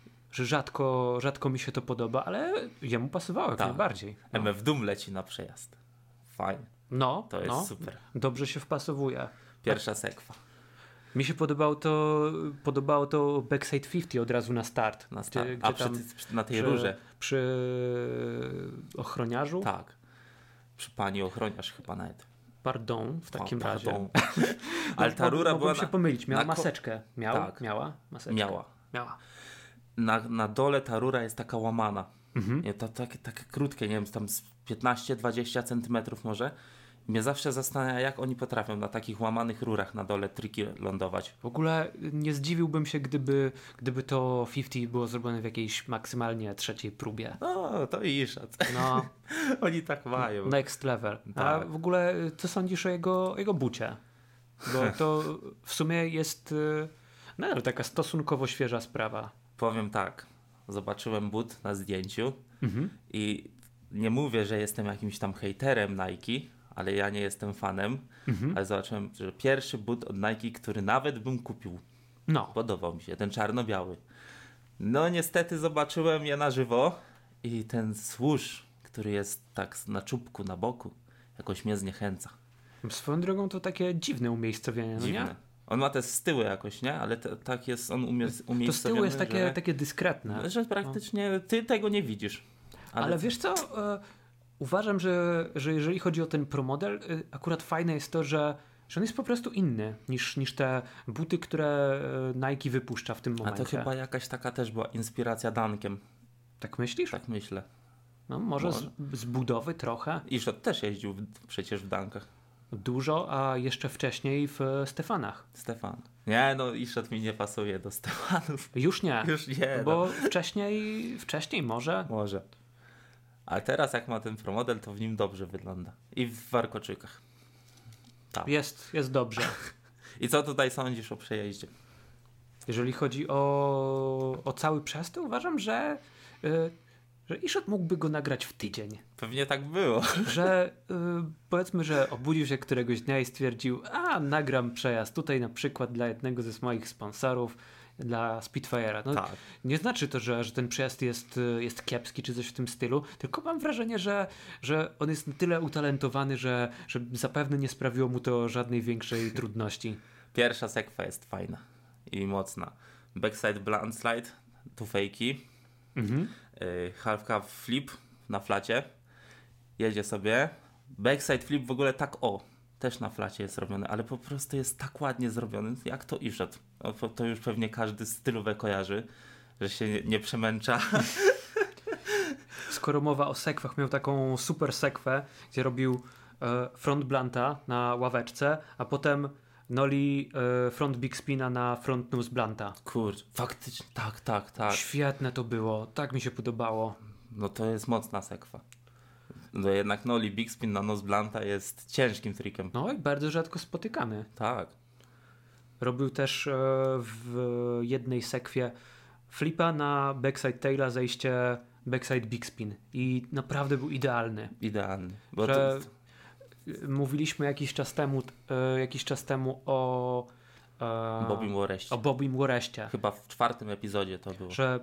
rzadko mi się to podoba, ale jemu pasowało jak najbardziej. No. MF Doom leci na przejazd. Fajnie. No, to jest super. Dobrze się wpasowuje. Pierwsza sekwa. Mi się podobało to Backside 50 od razu na start. Gdzie na tej rurze. Przy ochroniarzu? Tak. Przy pani ochroniarz chyba nawet. Pardon, w takim razie. Ale ta rura była... się pomylić. Miała maseczkę. Miała maseczkę. Miała. Na dole ta rura jest taka łamana. Nie, to takie krótkie, nie wiem, tam z 15-20 centymetrów może. Mnie zawsze zastanawia, jak oni potrafią na takich łamanych rurach na dole triki lądować. W ogóle nie zdziwiłbym się, gdyby to 50 było zrobione w jakiejś maksymalnie trzeciej próbie. No, to iszat. No. Oni tak mają. Next level. Tak. A w ogóle co sądzisz o jego bucie? Bo to w sumie jest taka stosunkowo świeża sprawa. Powiem tak. Zobaczyłem but na zdjęciu i nie mówię, że jestem jakimś tam hejterem Nike, ale ja nie jestem fanem, ale zobaczyłem, że pierwszy but od Nike, który nawet bym kupił. No. Podobał mi się, ten czarno-biały. No niestety zobaczyłem je na żywo i ten swoosh, który jest tak na czubku, na boku, jakoś mnie zniechęca. Swoją drogą to takie dziwne umiejscowienie, no nie? On ma te z tyłu jakoś, nie? Ale tak jest on umiejscowiony. To z tyłu jest takie dyskretne. Że praktycznie ty tego nie widzisz. Ale wiesz co? Uważam, że jeżeli chodzi o ten Pro Model, akurat fajne jest to, że on jest po prostu inny niż te buty, które Nike wypuszcza w tym momencie. A to chyba jakaś taka też była inspiracja Dunkiem. Tak myślisz? Tak myślę. No może z budowy trochę. Ishot też jeździł przecież w Dunkach. Dużo, a jeszcze wcześniej w Stefanach. Stefan. Nie, no Ishot mi nie pasuje do Stefanów. Już nie. Już nie. Bo wcześniej może. Może. A teraz jak ma ten promodel, to w nim dobrze wygląda. I w warkoczykach. Tak. Jest dobrze. I co tutaj sądzisz o przejeździe? Jeżeli chodzi o cały przejazd, to uważam, że Ishod mógłby go nagrać w tydzień. Pewnie tak było. Że powiedzmy, że obudził się któregoś dnia i stwierdził, nagram przejazd tutaj na przykład dla jednego ze moich sponsorów, dla Spitfire'a. No, Tak. nie znaczy to, że ten przejazd jest kiepski czy coś w tym stylu, tylko mam wrażenie, że on jest na tyle utalentowany, że zapewne nie sprawiło mu to żadnej większej trudności. Pierwsza sekwa jest fajna i mocna. Backside blunt slide, tu fejki. Half cup flip na flacie. Jedzie sobie. Backside flip w ogóle tak też na flacie jest robiony, ale po prostu jest tak ładnie zrobiony, jak to Ishod. To już pewnie każdy stylówę kojarzy, że się nie przemęcza. Skoro mowa o sekwach, miał taką super sekwę, gdzie robił front blunta na ławeczce, a potem noli front big spina na front nose blunta. Kurczę, faktycznie, tak. Świetne to było, tak mi się podobało. No to jest mocna sekwa. No jednak noli big spin na nose blunta jest ciężkim trikiem. No i bardzo rzadko spotykany. Tak. Robił też w jednej sekwie flipa na backside taila, zejście backside big spin i naprawdę był idealny. Idealny. Bo że mówiliśmy jakiś czas temu o Bobim Wareście. O Bobim Wareście. Chyba w 4. epizodzie to było. Że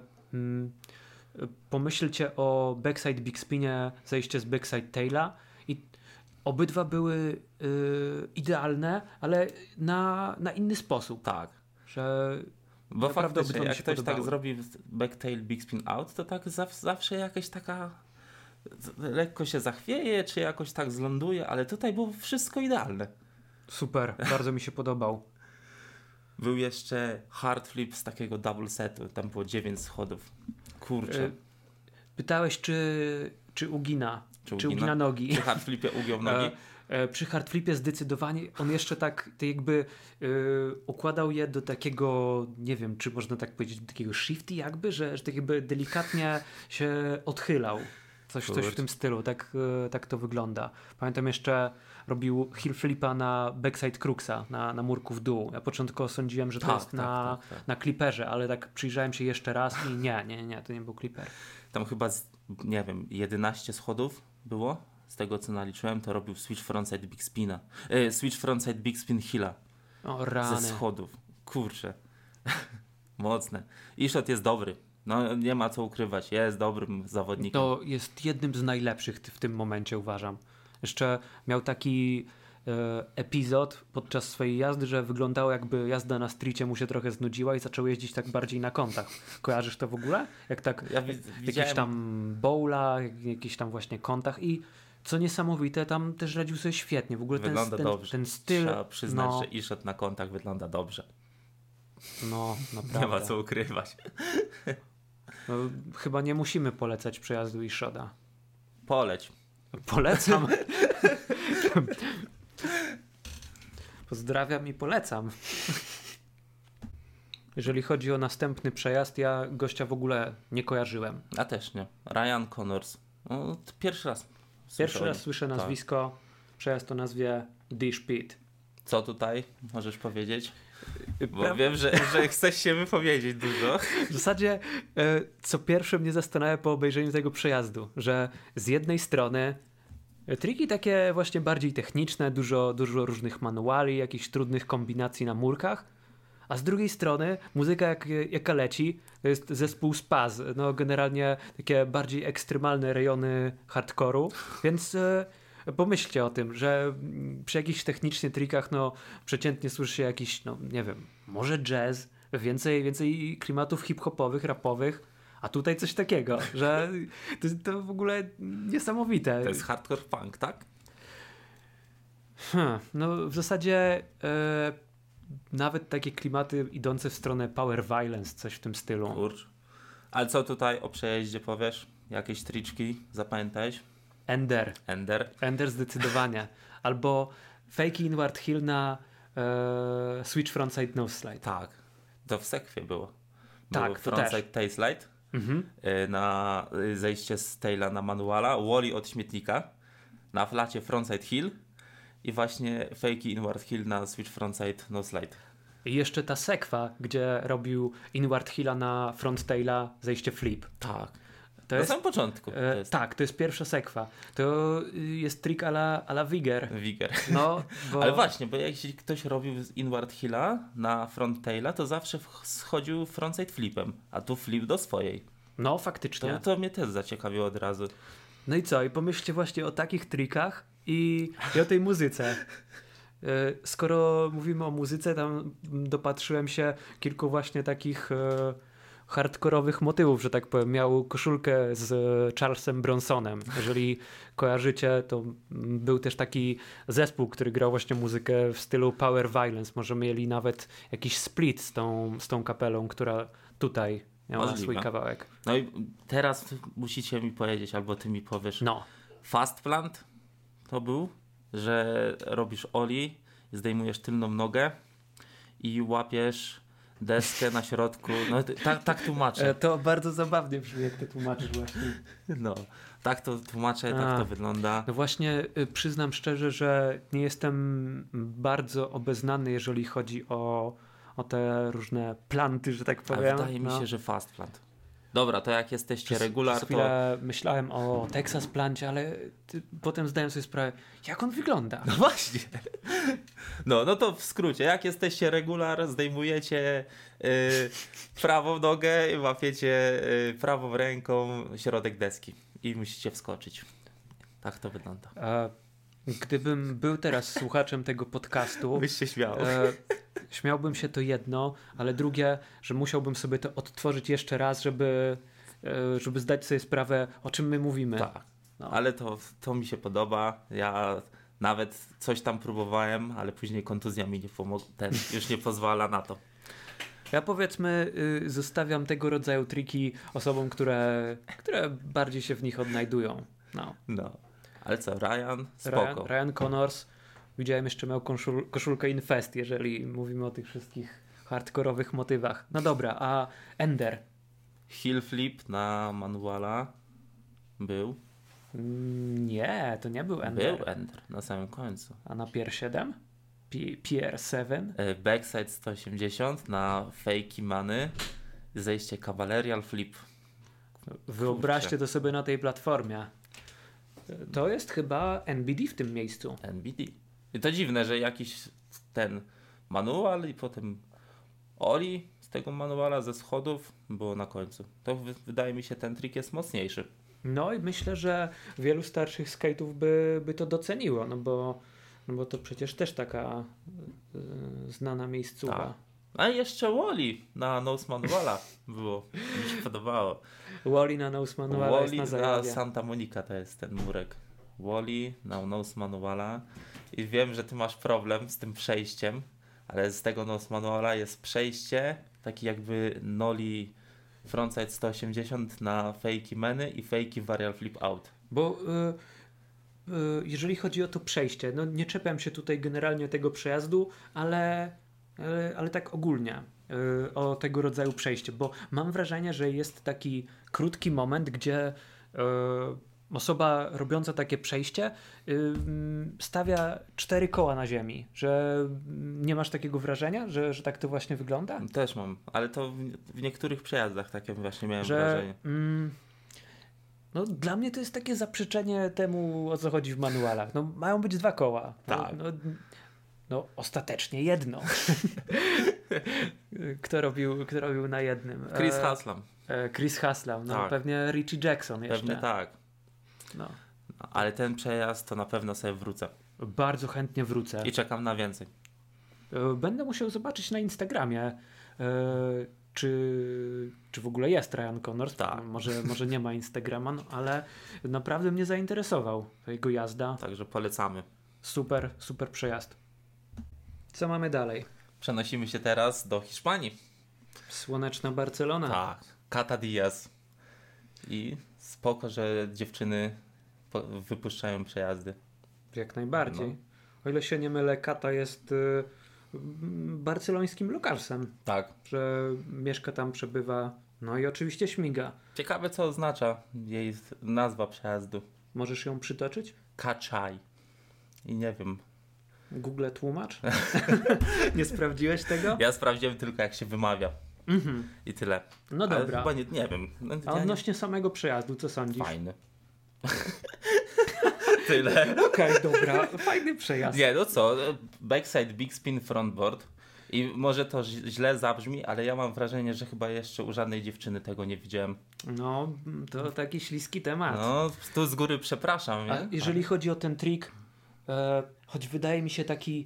pomyślcie o backside big spinie, zejście z backside taila i obydwa były idealne, ale na inny sposób. Tak. Że bo faktycznie, jak ktoś podobały. tak zrobi backtail big spin out, to tak zawsze jakaś taka lekko się zachwieje, czy jakoś tak zląduje, ale tutaj było wszystko idealne. Super, bardzo mi się podobał. Był jeszcze hard flip z takiego double setu, tam było 9 schodów. Kurczę. Pytałeś, czy ugina, czy ugina nogi. Przy hard flipie ugiął nogi. Przy hard flipie zdecydowanie on jeszcze tak jakby układał je do takiego, nie wiem, czy można tak powiedzieć, do takiego shifty jakby, że tak jakby delikatnie się odchylał. Coś w tym stylu, tak to wygląda. Pamiętam jeszcze robił heel flipa na backside cruxa, na murku w dół. Ja początkowo sądziłem, że to jest na clipperze, ale tak przyjrzałem się jeszcze raz i nie, to nie był clipper. Tam chyba, 11 schodów było. Z tego co naliczyłem, to robił switch frontside big spina. Switch frontside big spin heela. O rany. Ze schodów. Kurczę. Mocne. Ishod jest dobry. No nie ma co ukrywać. Jest dobrym zawodnikiem. To jest jednym z najlepszych w tym momencie, uważam. Jeszcze miał taki epizod podczas swojej jazdy, że wyglądało jakby jazda na streetie mu się trochę znudziła i zaczął jeździć tak bardziej na kątach. Kojarzysz to w ogóle? Jak tak jakiś tam bowla, jakiś tam właśnie kątach i co niesamowite, tam też radził sobie świetnie. W ogóle wygląda dobrze. Ten styl... Trzeba przyznać, że Ishod na kątach wygląda dobrze. No, naprawdę. Nie ma co ukrywać. No, chyba nie musimy polecać przejazdu Ishoda. Poleć. Polecam. Pozdrawiam i polecam. Jeżeli chodzi o następny przejazd, ja gościa w ogóle nie kojarzyłem. Ja też nie. Ryan Connors. No, pierwszy raz słyszę nazwisko. Przejazd o nazwie Dish Pit. Co tutaj możesz powiedzieć? Bo wiem, że chcesz się wypowiedzieć dużo. W zasadzie co pierwsze mnie zastanawia po obejrzeniu tego przejazdu, że z jednej strony triki takie właśnie bardziej techniczne, dużo różnych manuali, jakichś trudnych kombinacji na murkach, a z drugiej strony muzyka jaka leci, to jest zespół Spaz, no generalnie takie bardziej ekstremalne rejony hardkoru, więc pomyślcie o tym, że przy jakichś technicznie trikach, no przeciętnie słyszy się jakiś, no nie wiem, może jazz, więcej klimatów hip-hopowych, rapowych, a tutaj coś takiego, że to w ogóle niesamowite. To jest hardcore punk, tak? No w zasadzie nawet takie klimaty idące w stronę power violence, coś w tym stylu. Kurcz. Ale co tutaj o przejeździe powiesz? Jakieś triczki zapamiętałeś? Ender zdecydowanie. Albo fake inward heel na switch frontside nose slide. Tak. To w sekwie było. Tak, to frontside też. tail slide na zejście z taila na manuala, Wally od śmietnika, na flacie frontside hill i właśnie fakey inward hill na switch frontside no slide. I jeszcze ta sekwa, gdzie robił inward hilla na front taila, zejście flip. Tak. To Na jest, samym początku. tak, to jest pierwsza sekwa. To jest trik a la Wigger. Wigger. No, bo... Ale właśnie, bo jeśli ktoś robił z inward hilla na front taila, to zawsze schodził frontside flipem, a tu flip do swojej. No, faktycznie. To mnie też zaciekawiło od razu. No i co? I pomyślcie właśnie o takich trikach i o tej muzyce. Skoro mówimy o muzyce, tam dopatrzyłem się kilku właśnie takich hardkorowych motywów, że tak powiem. Miał koszulkę z Charlesem Bronsonem. Jeżeli kojarzycie, to był też taki zespół, który grał właśnie muzykę w stylu Power Violence. Może mieli nawet jakiś split z tą kapelą, która tutaj miała Możliwe. swój kawałek. No i teraz musicie mi powiedzieć, albo ty mi powiesz. No. Fast plant to był, że robisz ollie, zdejmujesz tylną nogę i łapiesz deskę na środku. No tak tłumaczę. To bardzo zabawnie brzmi, jak ty tłumaczysz właśnie. No, tak to tłumaczę, tak to wygląda. No właśnie przyznam szczerze, że nie jestem bardzo obeznany, jeżeli chodzi o te różne planty, że tak A powiem. wydaje mi się, że fast plant. Dobra, to jak jesteście regular, Przez chwilę myślałem o Texas plancie, ale potem zdałem sobie sprawę, jak on wygląda. No właśnie. No to w skrócie, jak jesteście regular, zdejmujecie prawą nogę i łapiecie prawą ręką środek deski i musicie wskoczyć. Tak to wygląda. Gdybym był teraz słuchaczem tego podcastu, Byś się śmiał. Śmiałbym się to jedno, ale drugie, że musiałbym sobie to odtworzyć jeszcze raz, żeby zdać sobie sprawę, o czym my mówimy. Tak, no. Ale to mi się podoba. Ja nawet coś tam próbowałem, ale później kontuzja mi nie pomogła. Już nie pozwala na to. Ja powiedzmy zostawiam tego rodzaju triki osobom, które bardziej się w nich odnajdują. No. Ale co, Ryan? Spoko. Ryan Connors. Widziałem jeszcze miał koszulkę Infest, jeżeli mówimy o tych wszystkich hardkorowych motywach. No dobra, a Ender? Heel flip na manuala był. Nie, to nie był Ender. Był Ender na samym końcu. A na Pier 7? Pier 7? Backside 180 na fakey many. Zejście Cavalerial flip. Wyobraźcie to sobie na tej platformie. To jest chyba NBD w tym miejscu. NBD. I to dziwne, że jakiś ten manual i potem ollie z tego manuala ze schodów było na końcu. To wydaje mi się, ten trik jest mocniejszy. No i myślę, że wielu starszych skate'ów by to doceniło, no bo to przecież też taka znana miejscówka. Tak. A jeszcze Wally na nose manuala było. Mi się podobało. Wally na nose manuala jest na zajawie. Santa Monica to jest ten murek. Wally na nose manuala. I wiem, że ty masz problem z tym przejściem, ale z tego nose manuala jest przejście taki jakby nollie frontside 180 na fakey many i fakey varial flip out. Bo jeżeli chodzi o to przejście, no nie czepiam się tutaj generalnie tego przejazdu, ale tak ogólnie o tego rodzaju przejście, bo mam wrażenie, że jest taki krótki moment, gdzie osoba robiąca takie przejście stawia 4 koła na ziemi, że nie masz takiego wrażenia, że tak to właśnie wygląda? Też mam, ale to w niektórych przejazdach takie właśnie miałem wrażenie. No, dla mnie to jest takie zaprzeczenie temu, o co chodzi w manualach. No, mają być 2 koła. Tak. No, ostatecznie jedno. Kto robił na jednym? Chris Haslam. Chris Haslam, no tak. Pewnie Richie Jackson jeszcze. Pewnie tak. No. Ale ten przejazd to na pewno sobie wrócę. Bardzo chętnie wrócę. I czekam na więcej. Będę musiał zobaczyć na Instagramie, czy w ogóle jest Ryan Connors. Tak. Może nie ma Instagrama, no, ale naprawdę mnie zainteresował jego jazda. Także polecamy. Super przejazd. Co mamy dalej? Przenosimy się teraz do Hiszpanii. Słoneczna Barcelona. Tak, Cata Diaz. I spoko, że dziewczyny wypuszczają przejazdy. Jak najbardziej. No. O ile się nie mylę, Cata jest barcelońskim lokalsem. Tak. Że mieszka tam, przebywa No i oczywiście śmiga. Ciekawe, co oznacza jej nazwa przejazdu. Możesz ją przytoczyć? Kaczaj. I nie wiem. Google tłumacz? Nie sprawdziłeś tego? Ja sprawdziłem tylko, jak się wymawia. I tyle. No Ale dobra. chyba nie wiem. No, A odnośnie samego przejazdu, co sądzisz? Fajny. Tyle. Okej, dobra. Fajny przejazd. Nie, no co? Backside Big Spin Frontboard. I może to źle zabrzmi, ale ja mam wrażenie, że chyba jeszcze u żadnej dziewczyny tego nie widziałem. No, to taki śliski temat. No, tu z góry przepraszam. Nie? A jeżeli chodzi o ten trik, choć wydaje mi się taki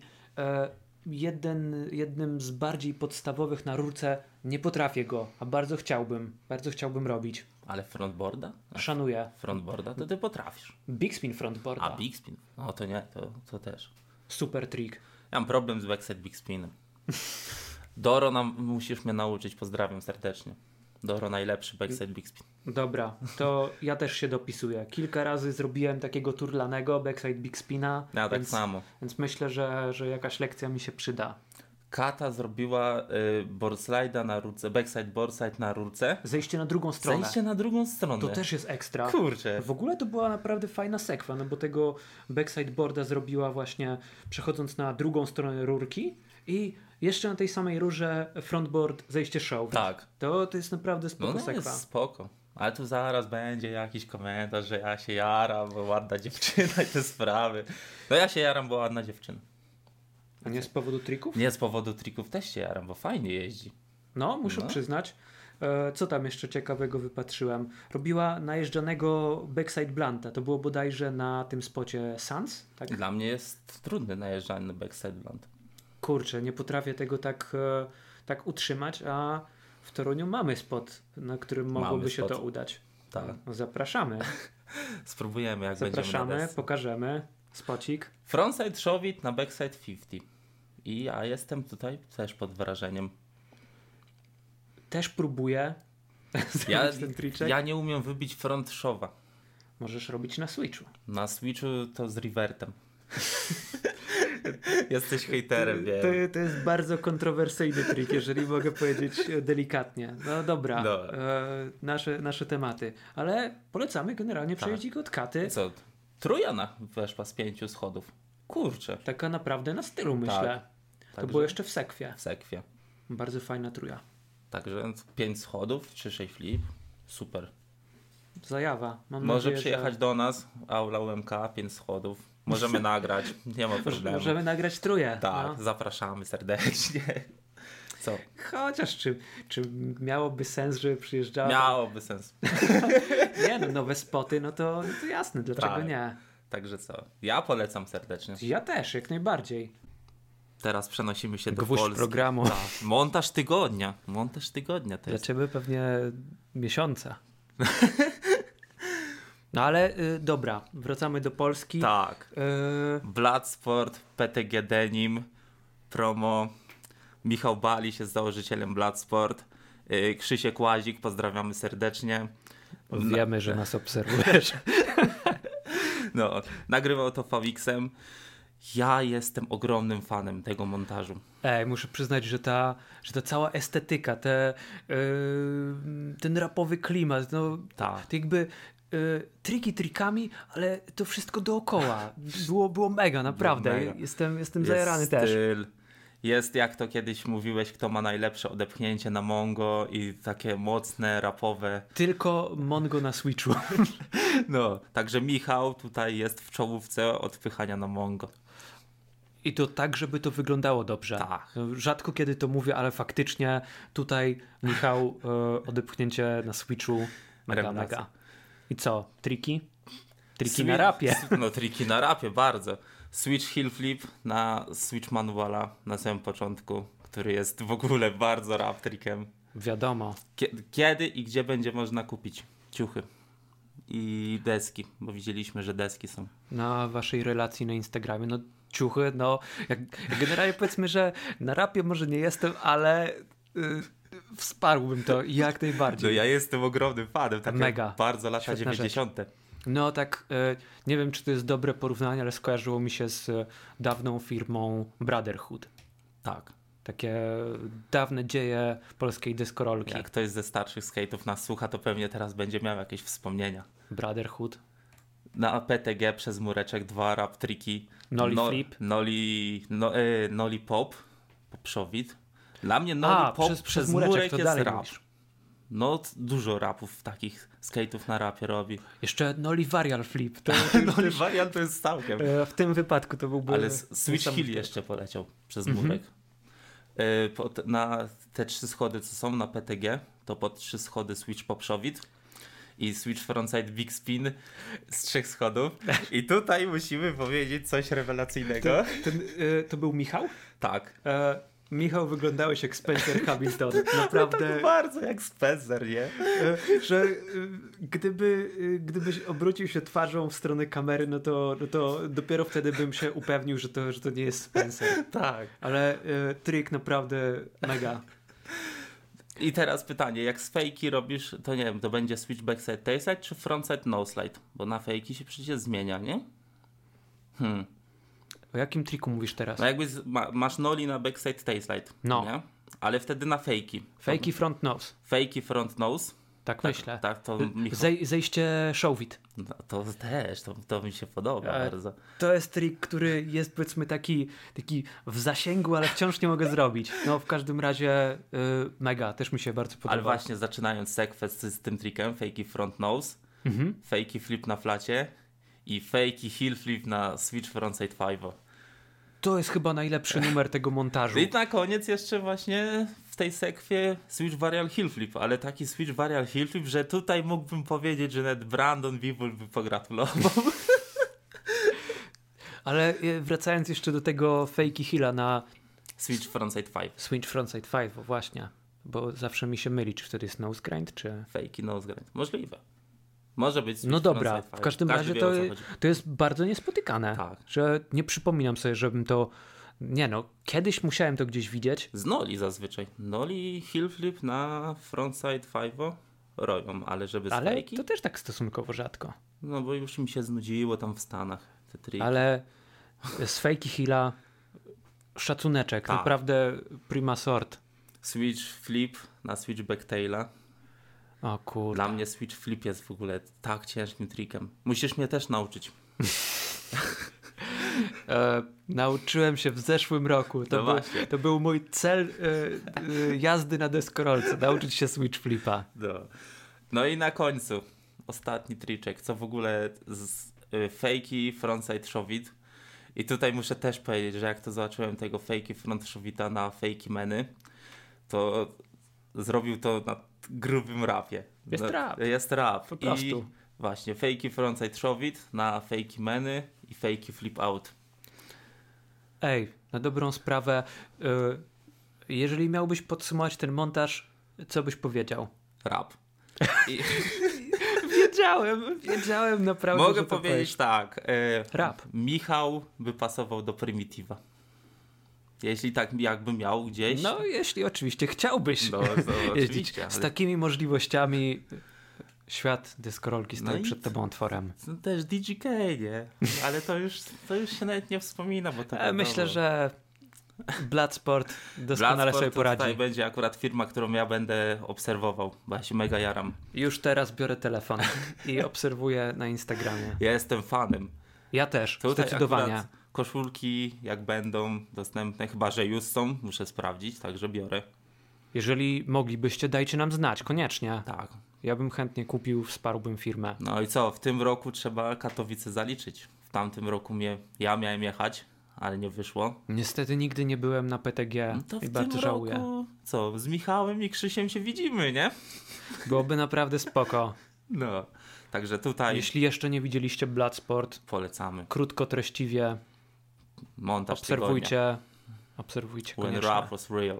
jednym z bardziej podstawowych na rurce, nie potrafię go, a bardzo chciałbym robić. Ale frontboarda? Szanuję. Frontboarda to ty potrafisz. Big spin frontboarda. A Big Spin? No to nie, to też. Super trik. Ja mam problem z Backside Big Spinem. Doro, musisz mnie nauczyć, pozdrawiam serdecznie. Doro, najlepszy Backside Big Spin. Dobra, to ja też się dopisuję. Kilka razy zrobiłem takiego turlanego backside big spina. Ja tak samo. Więc myślę, że jakaś lekcja mi się przyda. Kata zrobiła board slide'a na rurce, backside board slide na rurce. Zejście na drugą stronę. Zejście na drugą stronę. To też jest ekstra. Kurczę. W ogóle to była naprawdę fajna sekwa, no bo tego backside boarda zrobiła właśnie przechodząc na drugą stronę rurki i jeszcze na tej samej rurze frontboard zejście show. Tak. To jest naprawdę spoko No sekwa. jest spoko. Ale tu zaraz będzie jakiś komentarz, że ja się jaram, bo ładna dziewczyna i te sprawy. No ja się jaram, bo ładna dziewczyna. A nie z powodu trików? Nie z powodu trików też się jaram, bo fajnie jeździ. No, muszę No. przyznać. Co tam jeszcze ciekawego wypatrzyłem? Robiła najeżdżanego backside blanta. To było bodajże na tym spocie Sans? Tak? Dla mnie jest trudny najeżdżany backside blunt. Kurczę, nie potrafię tego tak utrzymać, a w Toruniu mamy spot, na którym mogłoby się spot. to udać. Tak. No, zapraszamy. Spróbujemy, jak będziemy na Zapraszamy, desce. pokażemy spocik. Frontside shove-it na backside 50. I ja jestem tutaj też pod wrażeniem. Też próbuję Ja, zrobić ten triczek. ja nie umiem wybić front shove'a. Możesz robić na switchu. Na switchu to z revertem. Jesteś hejterem, wiem. To jest bardzo kontrowersyjny trik, jeżeli mogę powiedzieć delikatnie. No dobra, No. nasze tematy. Ale polecamy generalnie przejeździk od Katy. Co? Trójana weszła z 5 schodów. Kurczę. Taka naprawdę na stylu, myślę. To Także było jeszcze w sekwie. w sekwie. Bardzo fajna truja. Także 5 schodów, 3 flip. Super. Zajawa. Mam Może nadzieję, przyjechać do nas, aula UMK, 5 schodów. Możemy nagrać, nie ma że problemu. możemy nagrać truję. Tak, No. zapraszamy serdecznie. Co? Chociaż czy miałoby sens, żeby przyjeżdżała? Miałoby sens. Nie, no nowe spoty, no to jasne, dlaczego Tak. nie? Także co? Ja polecam serdecznie. Ja też, jak najbardziej. Teraz przenosimy się do Gwóźdź Polski. programu. Tak. Montaż tygodnia. Montaż tygodnia to Dla jest. ciebie pewnie miesiąca. No ale dobra, wracamy do Polski. Tak. Y, Bloodsport, PTG Denim, promo. Michał Baliś jest założycielem Bloodsport. Krzysiek Łazik, pozdrawiamy serdecznie. Wiemy, że nas obserwujesz. No, nagrywał to Favixem. Ja jestem ogromnym fanem tego montażu. Muszę przyznać, że ta cała estetyka, ten rapowy klimat, no Tak. to jakby triki trikami, ale to wszystko dookoła. Było mega, naprawdę. Było mega. Jestem zajarany też. Styl. Jest, jak to kiedyś mówiłeś, kto ma najlepsze odepchnięcie na Mongo i takie mocne, rapowe. Tylko Mongo na Switchu. No, także Michał tutaj jest w czołówce odpychania na Mongo. I to tak, żeby to wyglądało dobrze. Tak. Rzadko kiedy to mówię, ale faktycznie tutaj Michał odepchnięcie na Switchu mega, Rewelacja. mega. I co? Triki? Triki na rapie. No, triki na rapie, bardzo. Switch heel flip na Switch manuala na samym początku, który jest w ogóle bardzo rap trikiem. Wiadomo. Kiedy i gdzie będzie można kupić ciuchy i deski, bo widzieliśmy, że deski są. Na waszej relacji na Instagramie, no ciuchy, no jak generalnie powiedzmy, że na rapie może nie jestem, ale wsparłbym to jak No najbardziej. ja jestem ogromnym fanem, tak Mega. bardzo lata Świetna 90. No tak, nie wiem czy to jest dobre porównanie, ale skojarzyło mi się z dawną firmą Brotherhood. Tak. Takie dawne dzieje polskiej deskorolki. Jak ktoś ze starszych skate'ów nas słucha, to pewnie teraz będzie miał jakieś wspomnienia. Brotherhood. Na PTG przez mureczek 2 rap triki. Nollie flip. Nollie pop. Poprzowid. Dla mnie Nollie pop przez murek to jest dalej rap. mówisz. No dużo rapów takich skate'ów na rapie robi. Jeszcze Nollie varial flip. To Nollie varial to jest całkiem. w tym wypadku to byłby... Ale Switch Hill jeszcze poleciał przez murek. Na te 3 schody, co są na PTG, to pod 3 schody Switch poprzowid i Switch frontside big spin z 3 schodów. I tutaj musimy powiedzieć coś rewelacyjnego. To był Michał? Tak. Michał, wyglądałeś jak Spencer Hamilton. Naprawdę. Tak bardzo jak Spencer, nie? Że gdybyś obrócił się twarzą w stronę kamery, no to dopiero wtedy bym się upewnił, że to nie jest Spencer. Tak. Ale trik naprawdę mega. I teraz pytanie, jak z fejki robisz, to nie wiem, to będzie switch backside tailslide czy frontside noslide? Bo na fejki się przecież zmienia, nie? O jakim triku mówisz teraz? No jakby masz nollie na backside tailslide, nie? Ale wtedy na fejki. Fejki front nose. Fejki front nose. Tak myślę. Tak, to Zejście showit. No, to też, to mi się podoba bardzo. To jest trik, który jest powiedzmy taki w zasięgu, ale wciąż nie mogę zrobić. No w każdym razie mega, też mi się bardzo podoba. Ale właśnie zaczynając sekwencję z tym trikiem, fejki front nose, fejki flip na flacie i fejki heel flip na switch frontside 5. To jest chyba najlepszy numer tego montażu. I na koniec jeszcze właśnie w tej sekwie switch varial heel flip, ale taki switch varial heel flip, że tutaj mógłbym powiedzieć, że nawet Brandon Weevil by pogratulował. Ale wracając jeszcze do tego fakey heela na switch frontside 5. Switch frontside 5, właśnie. Bo zawsze mi się myli, czy wtedy jest nose grind, czy... Fakey nose grind. Możliwe. Może być switch no dobra, frontside 5. w każdym razie to jest bardzo niespotykane. Tak. Że nie przypominam sobie, żebym to... Nie no, kiedyś musiałem to gdzieś widzieć. Z nollie zazwyczaj. Nollie heel flip na frontside 5 robią, ale żeby z fakey? To też tak stosunkowo rzadko. No bo już mi się znudziło tam w Stanach te triki. Ale z fakey heela szacuneczek, tak. Naprawdę prima sort. Switch flip na switch backtaila. O kurde. Dla mnie switch flip jest w ogóle tak ciężkim trikiem. Musisz mnie też nauczyć. Nauczyłem się w zeszłym roku. To był mój cel jazdy na deskorolce. Nauczyć się switch flipa. No i na końcu ostatni triczek, co w ogóle z fakey frontside showit. I tutaj muszę też powiedzieć, że jak to zobaczyłem tego fakey front showita na fakey meny, to zrobił to na grubym rapie. Jest rap. Po prostu. I właśnie fakey frontside showit na fakey meny i fakey flip out. Ej, na dobrą sprawę, jeżeli miałbyś podsumować ten montaż, co byś powiedział? Rap. Wiedziałem naprawdę. Mogę powiedzieć tak. Rap. Michał by pasował do Primitiva. Jeśli tak jakby miał gdzieś. No, jeśli oczywiście chciałbyś jeździć ale... z takimi możliwościami. Świat deskorolki stoi przed tobą otworem. No też DGK, nie? Ale to już się nawet nie wspomina, bo to myślę, że Bloodsport doskonale sobie poradzi. Tutaj będzie akurat firma, którą ja będę obserwował, bo ja się mega jaram. Już teraz biorę telefon i obserwuję na Instagramie. Ja jestem fanem. Ja też, tutaj zdecydowanie. Koszulki jak będą dostępne, chyba że już są, muszę sprawdzić, także biorę. Jeżeli moglibyście, dajcie nam znać, koniecznie. Tak. Ja bym chętnie kupił, wsparłbym firmę. No i co, w tym roku trzeba Katowice zaliczyć. W tamtym roku ja miałem jechać, ale nie wyszło. Niestety nigdy nie byłem na PTG i bardzo żałuję. Roku, co, z Michałem i Krzysiem się widzimy, nie? Byłoby naprawdę spoko. No, także tutaj... Jeśli jeszcze nie widzieliście Bloodsport, polecamy. Krótko, treściwie. Montaż obserwujcie When rap was real.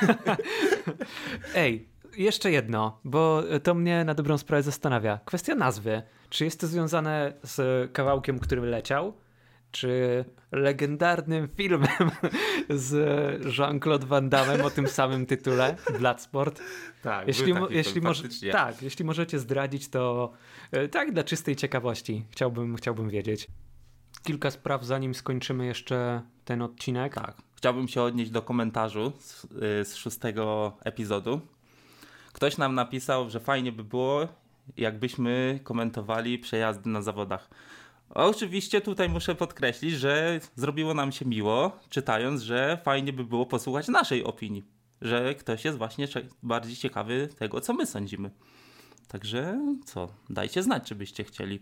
Ej, jeszcze jedno, bo to mnie na dobrą sprawę zastanawia. Kwestia nazwy. Czy jest to związane z kawałkiem, który leciał? Czy legendarnym filmem z Jean-Claude Van Damme o tym samym tytule, Bloodsport? Tak, jeśli możecie zdradzić, to tak dla czystej ciekawości chciałbym wiedzieć. Kilka spraw, zanim skończymy jeszcze ten odcinek. Tak. chciałbym się odnieść do komentarzu z 6 epizodu. Ktoś nam napisał, że fajnie by było, jakbyśmy komentowali przejazdy na zawodach. Oczywiście tutaj muszę podkreślić, że zrobiło nam się miło, czytając, że fajnie by było posłuchać naszej opinii. Że ktoś jest właśnie bardziej ciekawy tego, co my sądzimy. Także co, dajcie znać, czy byście chcieli.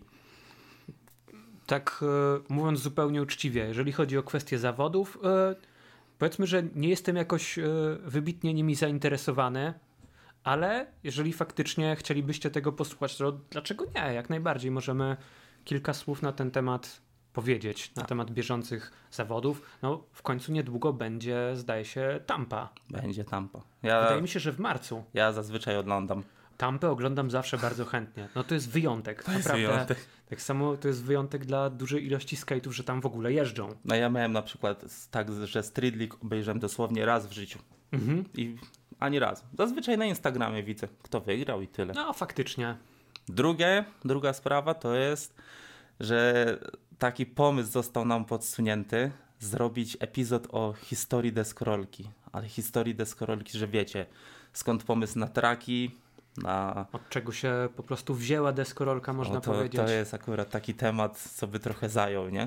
Tak mówiąc zupełnie uczciwie, jeżeli chodzi o kwestie zawodów, powiedzmy, że nie jestem jakoś wybitnie nimi zainteresowany, ale jeżeli faktycznie chcielibyście tego posłuchać, to dlaczego nie? Jak najbardziej możemy kilka słów na ten temat powiedzieć, na temat bieżących zawodów. No w końcu niedługo będzie, zdaje się, Tampa. Będzie Tampa. Wydaje mi się, że w marcu. Ja zazwyczaj oglądam. Tampę oglądam zawsze bardzo chętnie. No to jest wyjątek. To jest naprawdę. wyjątek. Tak samo to jest wyjątek dla dużej ilości skate'ów, że tam w ogóle jeżdżą. No ja miałem na przykład tak, że Street League obejrzałem dosłownie raz w życiu. I ani raz. Zazwyczaj na Instagramie widzę, kto wygrał i tyle. No faktycznie. Druga sprawa to jest, że taki pomysł został nam podsunięty, zrobić epizod o historii deskorolki. Ale historii deskorolki, że wiecie, skąd pomysł na traki, Od czego się po prostu wzięła deskorolka, można powiedzieć. To jest akurat taki temat, co by trochę zajął, nie?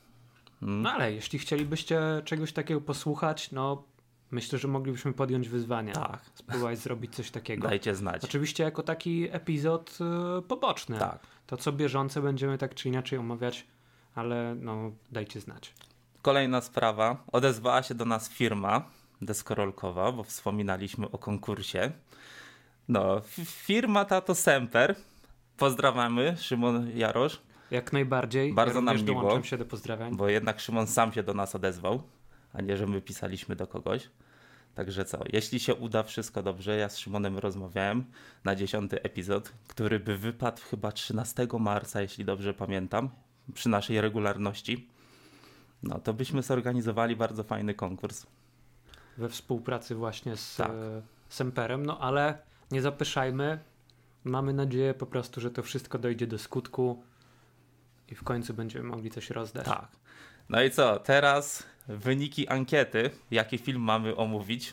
No ale jeśli chcielibyście czegoś takiego posłuchać, no myślę, że moglibyśmy podjąć wyzwanie. Tak. Spróbować zrobić coś takiego. Dajcie znać. Oczywiście jako taki epizod poboczny. Tak. To co bieżące będziemy tak czy inaczej omawiać, ale no dajcie znać. Kolejna sprawa. Odezwała się do nas firma deskorolkowa, bo wspominaliśmy o konkursie. No, firma ta to Semper. Pozdrawiamy, Szymon Jarosz. Jak najbardziej. Bardzo nam miło. Dołączam się do pozdrawiań. Bo jednak Szymon sam się do nas odezwał, a nie, że my pisaliśmy do kogoś. Także co, jeśli się uda wszystko dobrze, ja z Szymonem rozmawiałem na 10. epizod, który by wypadł chyba 13 marca, jeśli dobrze pamiętam, przy naszej regularności. No to byśmy zorganizowali bardzo fajny konkurs. We współpracy właśnie z Tak. Semperem, no ale nie zapyszajmy. Mamy nadzieję po prostu, że to wszystko dojdzie do skutku i w końcu będziemy mogli coś rozdać. Tak. No i co, teraz wyniki ankiety, jaki film mamy omówić.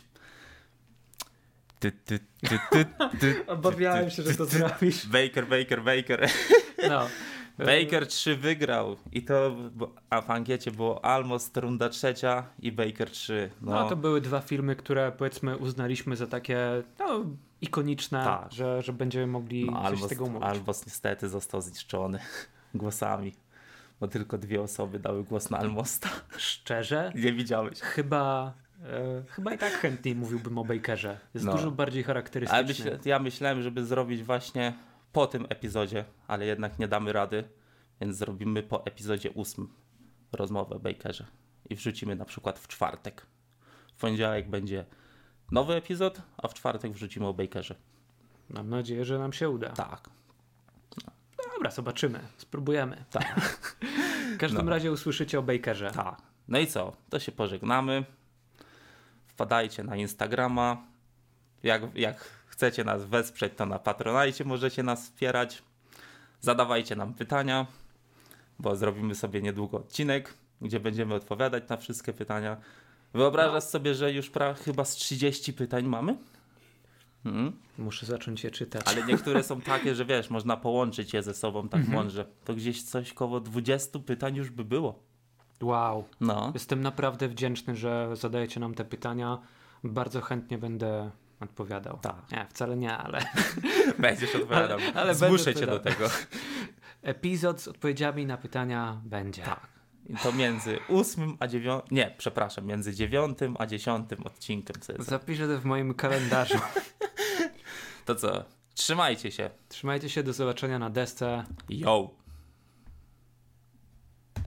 Obawiałem się, że to zrobisz. Baker. No. Baker 3 wygrał a w ankiecie było Almost runda 3 i Baker 3. No to były dwa filmy, które powiedzmy uznaliśmy za takie ikoniczne, Tak. że będziemy mogli coś z tego mówić. Almost niestety został zniszczony głosami, bo tylko 2 osoby dały głos na Almosta. Szczerze? Nie widziałeś. Chyba i tak chętniej mówiłbym o Bakerze. Jest dużo bardziej charakterystyczny. Ale ja myślałem, żeby zrobić właśnie po tym epizodzie, ale jednak nie damy rady, więc zrobimy po epizodzie 8 rozmowę o Bakerze i wrzucimy na przykład w czwartek. W poniedziałek będzie nowy epizod, a w czwartek wrzucimy o Bakerze. Mam nadzieję, że nam się uda. Tak. Dobra, zobaczymy. Spróbujemy. Tak. W każdym razie usłyszycie o Bakerze. Tak. No i co? To się pożegnamy. Wpadajcie na Instagrama. Jak chcecie nas wesprzeć, to na Patronite możecie nas wspierać. Zadawajcie nam pytania, bo zrobimy sobie niedługo odcinek, gdzie będziemy odpowiadać na wszystkie pytania. Wyobrażasz sobie, że już chyba z 30 pytań mamy? Muszę zacząć je czytać. Ale niektóre są takie, że wiesz, można połączyć je ze sobą tak mądrze. To gdzieś coś koło 20 pytań już by było. Wow. No. Jestem naprawdę wdzięczny, że zadajecie nam te pytania. Bardzo chętnie będę odpowiadał. Tak. Nie, wcale nie, ale... Będziesz odpowiadał. Ale Zmuszę będę cię do tego. Epizod z odpowiedziami na pytania będzie. Tak. I to między 8 a 9... Nie, przepraszam, między 9 a 10 odcinkiem. Zapiszę to w moim kalendarzu. To co? Trzymajcie się. Trzymajcie się, do zobaczenia na desce. Yo!